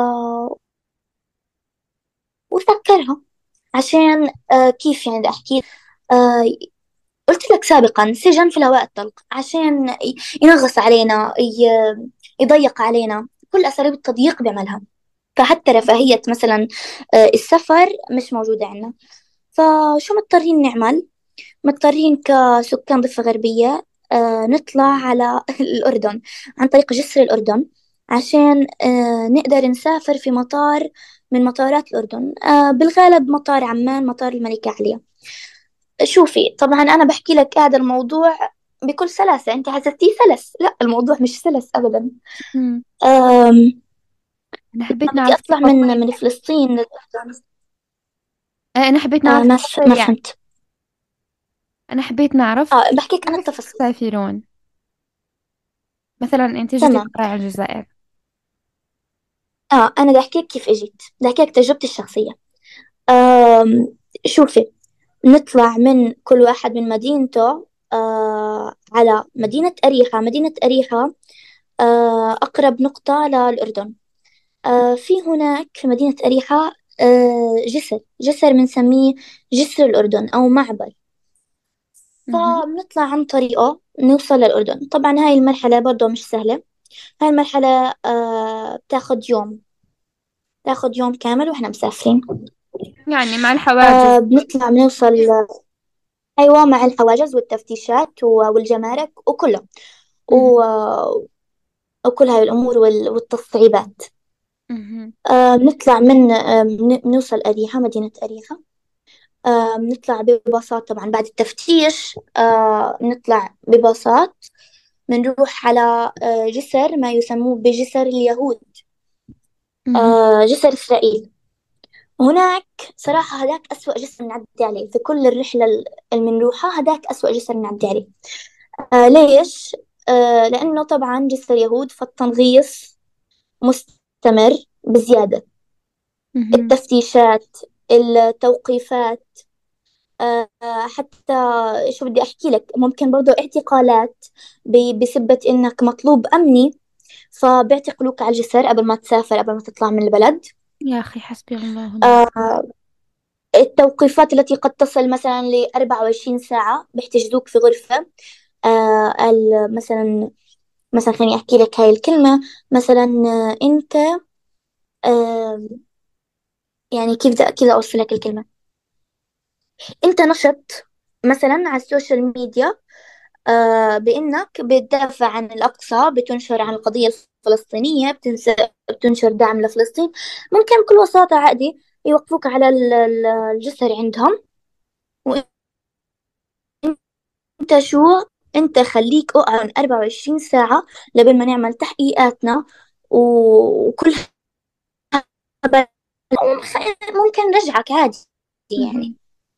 وسكرها. عشان آه كيف يعني بدي أحكي، آه قلت لك سابقا سجن في الهواء الطلق عشان ي- ينغص علينا، ي... يضيق علينا، كل أساليب التضييق بيعملها. فحتى رفاهية مثلا آه السفر مش موجودة عندنا. فشو مضطرين نعمل؟ مضطرين كسكان ضفة غربية آه نطلع على الأردن عن طريق جسر الأردن، عشان آه نقدر نسافر في مطار من مطارات الأردن، آه بالغالب مطار عمان، مطار الملكة عليا. شوفي، طبعا أنا بحكي لك هذا الموضوع بكل سلاسة، أنت حسبتيه سلس، لا الموضوع مش سلس أبدا. مم. آم، أنا حبيت لما بدي نعرف أطلع من التفاصيل. من فلسطين للأردن. آه، أنا حبيت آه نعرف ما ف... التفاصيل ما يعني. فهمت. أنا حبيت نعرف آه بحكيك عن كيف التفاصيل. تسافرون. مثلا أنت جيتي تمام. تقرأي على الجزائر. آه أنا بدي أحكيك كيف إجيت، بدي أحكيك تجربتي الشخصية. آم، شوفي، نطلع من كل واحد من مدينته آه على مدينة أريحة. مدينة أريحة آه أقرب نقطة للأردن. آه في هناك في مدينة أريحة آه جسر جسر بنسميه جسر الأردن أو معبر. مهم. فبنطلع عن طريقه نوصل للأردن. طبعا هاي المرحلة برضه مش سهلة. هاي المرحلة آه بتاخد يوم، تاخد يوم كامل وإحنا مسافرين. يعني مع آه الحواجز. بنطلع بنوصل، أيوة، مع الحواجز والتفتيشات و- والجمارك وكله، مهم. و- وكل هاي الأمور وال- والتصعيبات. مهم. آه بنطلع من آه بن- بنوصل أريحة، مدينة أريحة. آه بنطلع بباصات طبعا بعد التفتيش. آه بنطلع بباصات، بنروح على آه جسر ما يسموه بجسر اليهود، مهم. آه جسر إسرائيل. هناك صراحة هذاك أسوأ جسر نعدي عليه في كل الرحلة اللي بنروحها، هذاك أسوأ جسر نعدي عليه. آه ليش؟ آه لأنه طبعا جسر اليهود فالتنغيص مستمر بزيادة. مهم. التفتيشات، التوقيفات، آه حتى شو بدي أحكي لك، ممكن برضو اعتقالات ب- بسبة إنك مطلوب أمني، فبيعتقلوك على الجسر قبل ما تسافر، قبل ما تطلع من البلد. يا أخي حسبي الله ونعم. آه التوقيفات التي قد تصل مثلا ل أربعة وعشرين ساعة، بيحتجزوك في غرفة. آه ال- مثلا مثلا خليني أحكي لك هاي الكلمة. مثلا آه، أنت آه، يعني كيف بدي كيف بدي أوصل لك الكلمة. أنت نشط مثلا على السوشيال ميديا آه، بإنك بتدافع عن الأقصى، بتنشر عن القضية الفلسطينية، بتنس- بتنشر دعم لفلسطين. ممكن بكل بساطة عادي يوقفوك على ال- ال- الجسر عندهم، وأنت شو، أنت خليك اقعد أربعة وعشرين ساعة لبين ما نعمل تحقيقاتنا وكل هذا. ممكن نرجعك عادي يعني. مهم.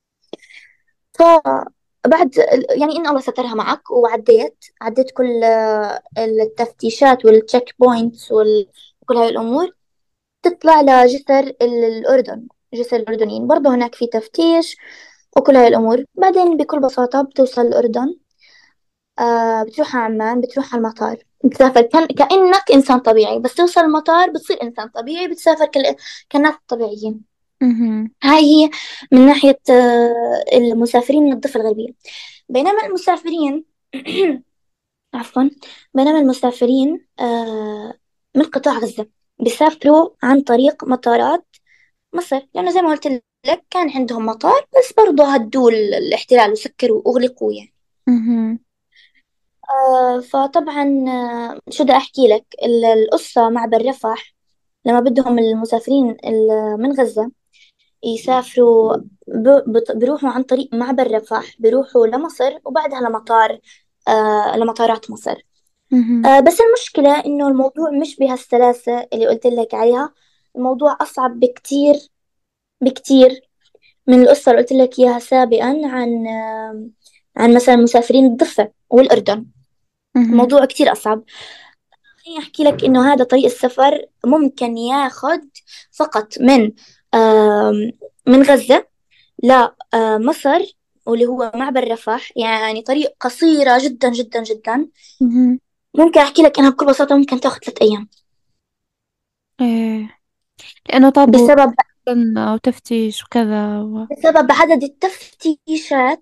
فبعد يعني إن الله سترها معك وعديت عديت كل آه، التفتيشات والتشيك بوينتس وكل هاي الأمور، تطلع لجسر ال- الأردن. جسر الأردنيين برضه هناك في تفتيش وكل هاي الأمور. بعدين بكل بساطة بتوصل الأردن. آه بتروح على عمان، بتروح على المطار، بتسافر كان كأنك إنسان طبيعي، بس توصل المطار بتصير إنسان طبيعي، بتسافر كال... كالناس الطبيعيين. مهم. هاي هي من ناحية آه المسافرين من الضفة الغربية. بينما المسافرين عفوا، بينما المسافرين آه من قطاع غزة بيسافروا عن طريق مطارات مصر، لأنه زي ما قلت لك كان عندهم مطار، بس برضه هدوا الاحتلال وسكروا وأغلقوا يعني. مهم. آه فطبعا آه شو بدي أحكي لك، ال- القصة مع بالرفح لما بدهم المسافرين ال- من غزة يسافروا، ب- بط- بيروحوا عن طريق معبر رفح، بيروحوا لمصر وبعدها لمطار، آه لمطارات مصر. مهم. آه بس المشكلة إنه الموضوع مش بهالسلاسة اللي قلت لك عليها، الموضوع أصعب بكتير بكتير من القصة اللي قلت لك إياها سابقا عن آه عن مثلا مسافرين الضفة والأردن. مهم. الموضوع كتير أصعب. خليني أحكي لك إنه هذا طريق السفر ممكن ياخد فقط من آم، من غزة لمصر، واللي هو معبر رفح، يعني طريق قصيرة جدا جدا جدا. مهم. ممكن أحكي لك إنها بكل بساطة ممكن تاخد ثلاث أيام. إيه. لأنه طابور بسبب وتفتيش وكذا و... بسبب عدد التفتيشات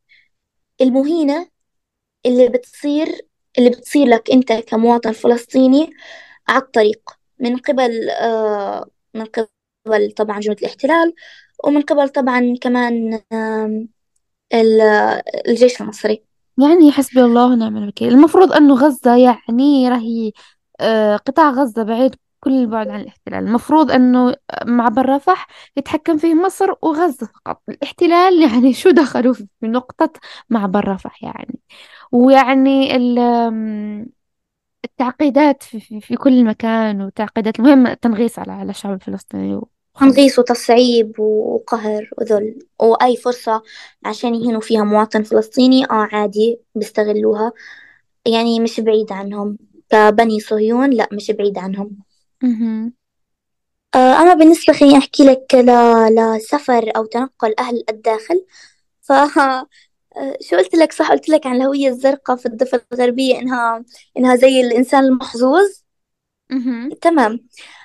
المهينة اللي بتصير اللي بتصير لك أنت كمواطن فلسطيني على الطريق، من قبل آه، من قبل طبعا جنود الاحتلال، ومن قبل طبعا كمان آم، ال- الجيش المصري. يعني حسبي الله ونعم الوكيل. المفروض أنه غزة يعني راهي آه، قطاع غزة بعيد كل البعد عن الاحتلال. المفروض أنه معبر رفح يتحكم فيه مصر وغزة فقط. الاحتلال يعني شو دخلوا في نقطة معبر رفح يعني؟ ويعني ال- آم، التعقيدات في, في, في كل مكان، وتعقيدات المهم التنغيص على على الشعب الفلسطيني وخلص. تنغيص وتصعيب وقهر وذل، وأي فرصة عشان يهينوا فيها مواطن فلسطيني آه عادي بيستغلوها. يعني مش بعيد عنهم كبني صهيون، لا مش بعيد عنهم. مهم. آه، أما بالنسبة خليني أحكي لك ل... لسفر أو تنقل أهل الداخل، ف آه، شو قلت لك صح؟ قلت لك عن الهوية الزرقاء في الضفة الغربية إنها إنها زي الإنسان المحظوظ. مهم. تمام.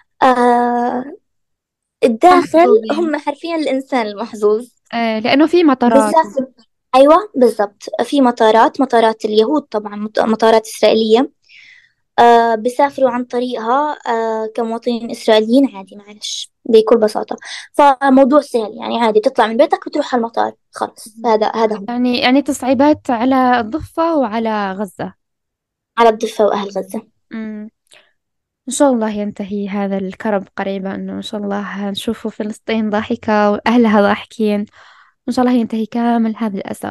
آه الداخل محظوظين. هم حرفيا الإنسان المحظوظ. آه لأنه في مطارات. بيسافر، أيوة بالضبط، في مطارات، مطارات اليهود طبعا، مط- مطارات إسرائيلية. آه بيسافروا عن طريقها آه كمواطنين إسرائيليين عادي، معلش بكل بساطة. فموضوع سهل يعني، عادي تطلع من بيتك وتروح على المطار خلص، هذا هذا هو. يعني يعني تصعيبات على الضفة وعلى غزة. على الضفة وأهل غزة. مم. إن شاء الله ينتهي هذا الكرب قريبا، إنه إن شاء الله نشوف فلسطين ضاحكة وأهلها ضاحكين، وإن شاء الله ينتهي كامل هذا الأسى.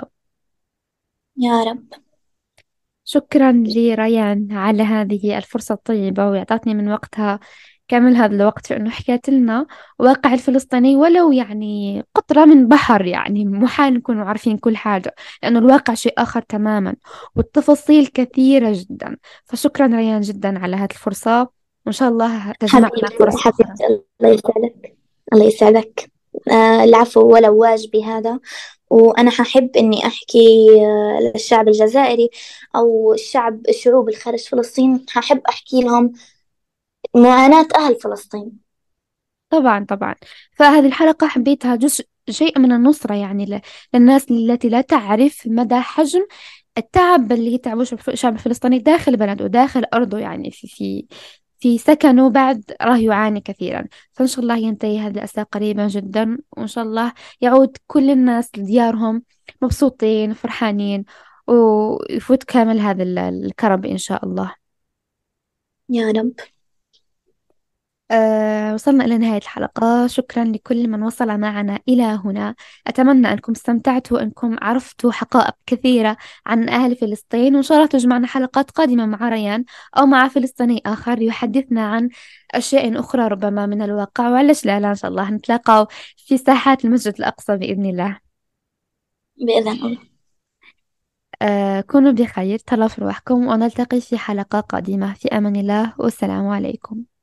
يا رب. شكرا لريان على هذه الفرصة الطيبة، وإعطتني من وقتها كامل هذا الوقت في أنه حكيت لنا واقع الفلسطيني، ولو يعني قطرة من بحر. يعني محال نكونوا عارفين كل حاجة، لأنه الواقع شيء آخر تماما، والتفاصيل كثيرة جدا. فشكرا ريان جدا على هذه الفرصة، وإن شاء الله تجمعنا حبيبتي فرص أخرى. حبيبتي، الله يسعدك. الله يسعدك. آه العفو، ولا واجبي هذا. وأنا ححب إني أحكي آه للشعب الجزائري أو الشعب الشعوب اللي خارج فلسطين، ححب أحكي لهم معاناة أهل فلسطين. طبعا طبعا. فهذه الحلقة حبيتها جزء شيء من النصرة يعني ل- للناس التي لا تعرف مدى حجم التعب اللي يتعبه الشعب الشعب الفلسطيني داخل بلده، داخل أرضه، يعني في في في سكنه بعد راه يعاني كثيرا. فإن شاء الله ينتهي هذا الأسى قريبا جدا، وإن شاء الله يعود كل الناس لديارهم مبسوطين فرحانين، ويفوت كامل هذا ال- الكرب إن شاء الله. يا رب. أه وصلنا إلى نهاية الحلقة. شكرا لكل من وصل معنا إلى هنا. أتمنى أنكم استمتعتوا وأنكم عرفتوا حقائق كثيرة عن أهل فلسطين، وإن شاء الله تجمعنا حلقات قادمة مع ريان أو مع فلسطيني آخر يحدثنا عن أشياء أخرى ربما من الواقع. وعلاش لا لا إن شاء الله نتلاقى في ساحات المسجد الأقصى بإذن الله. بإذن الله. أه كونوا بخير، تهلاو في رواحكم، ونلتقي في حلقة قادمة. في أمان الله، والسلام عليكم.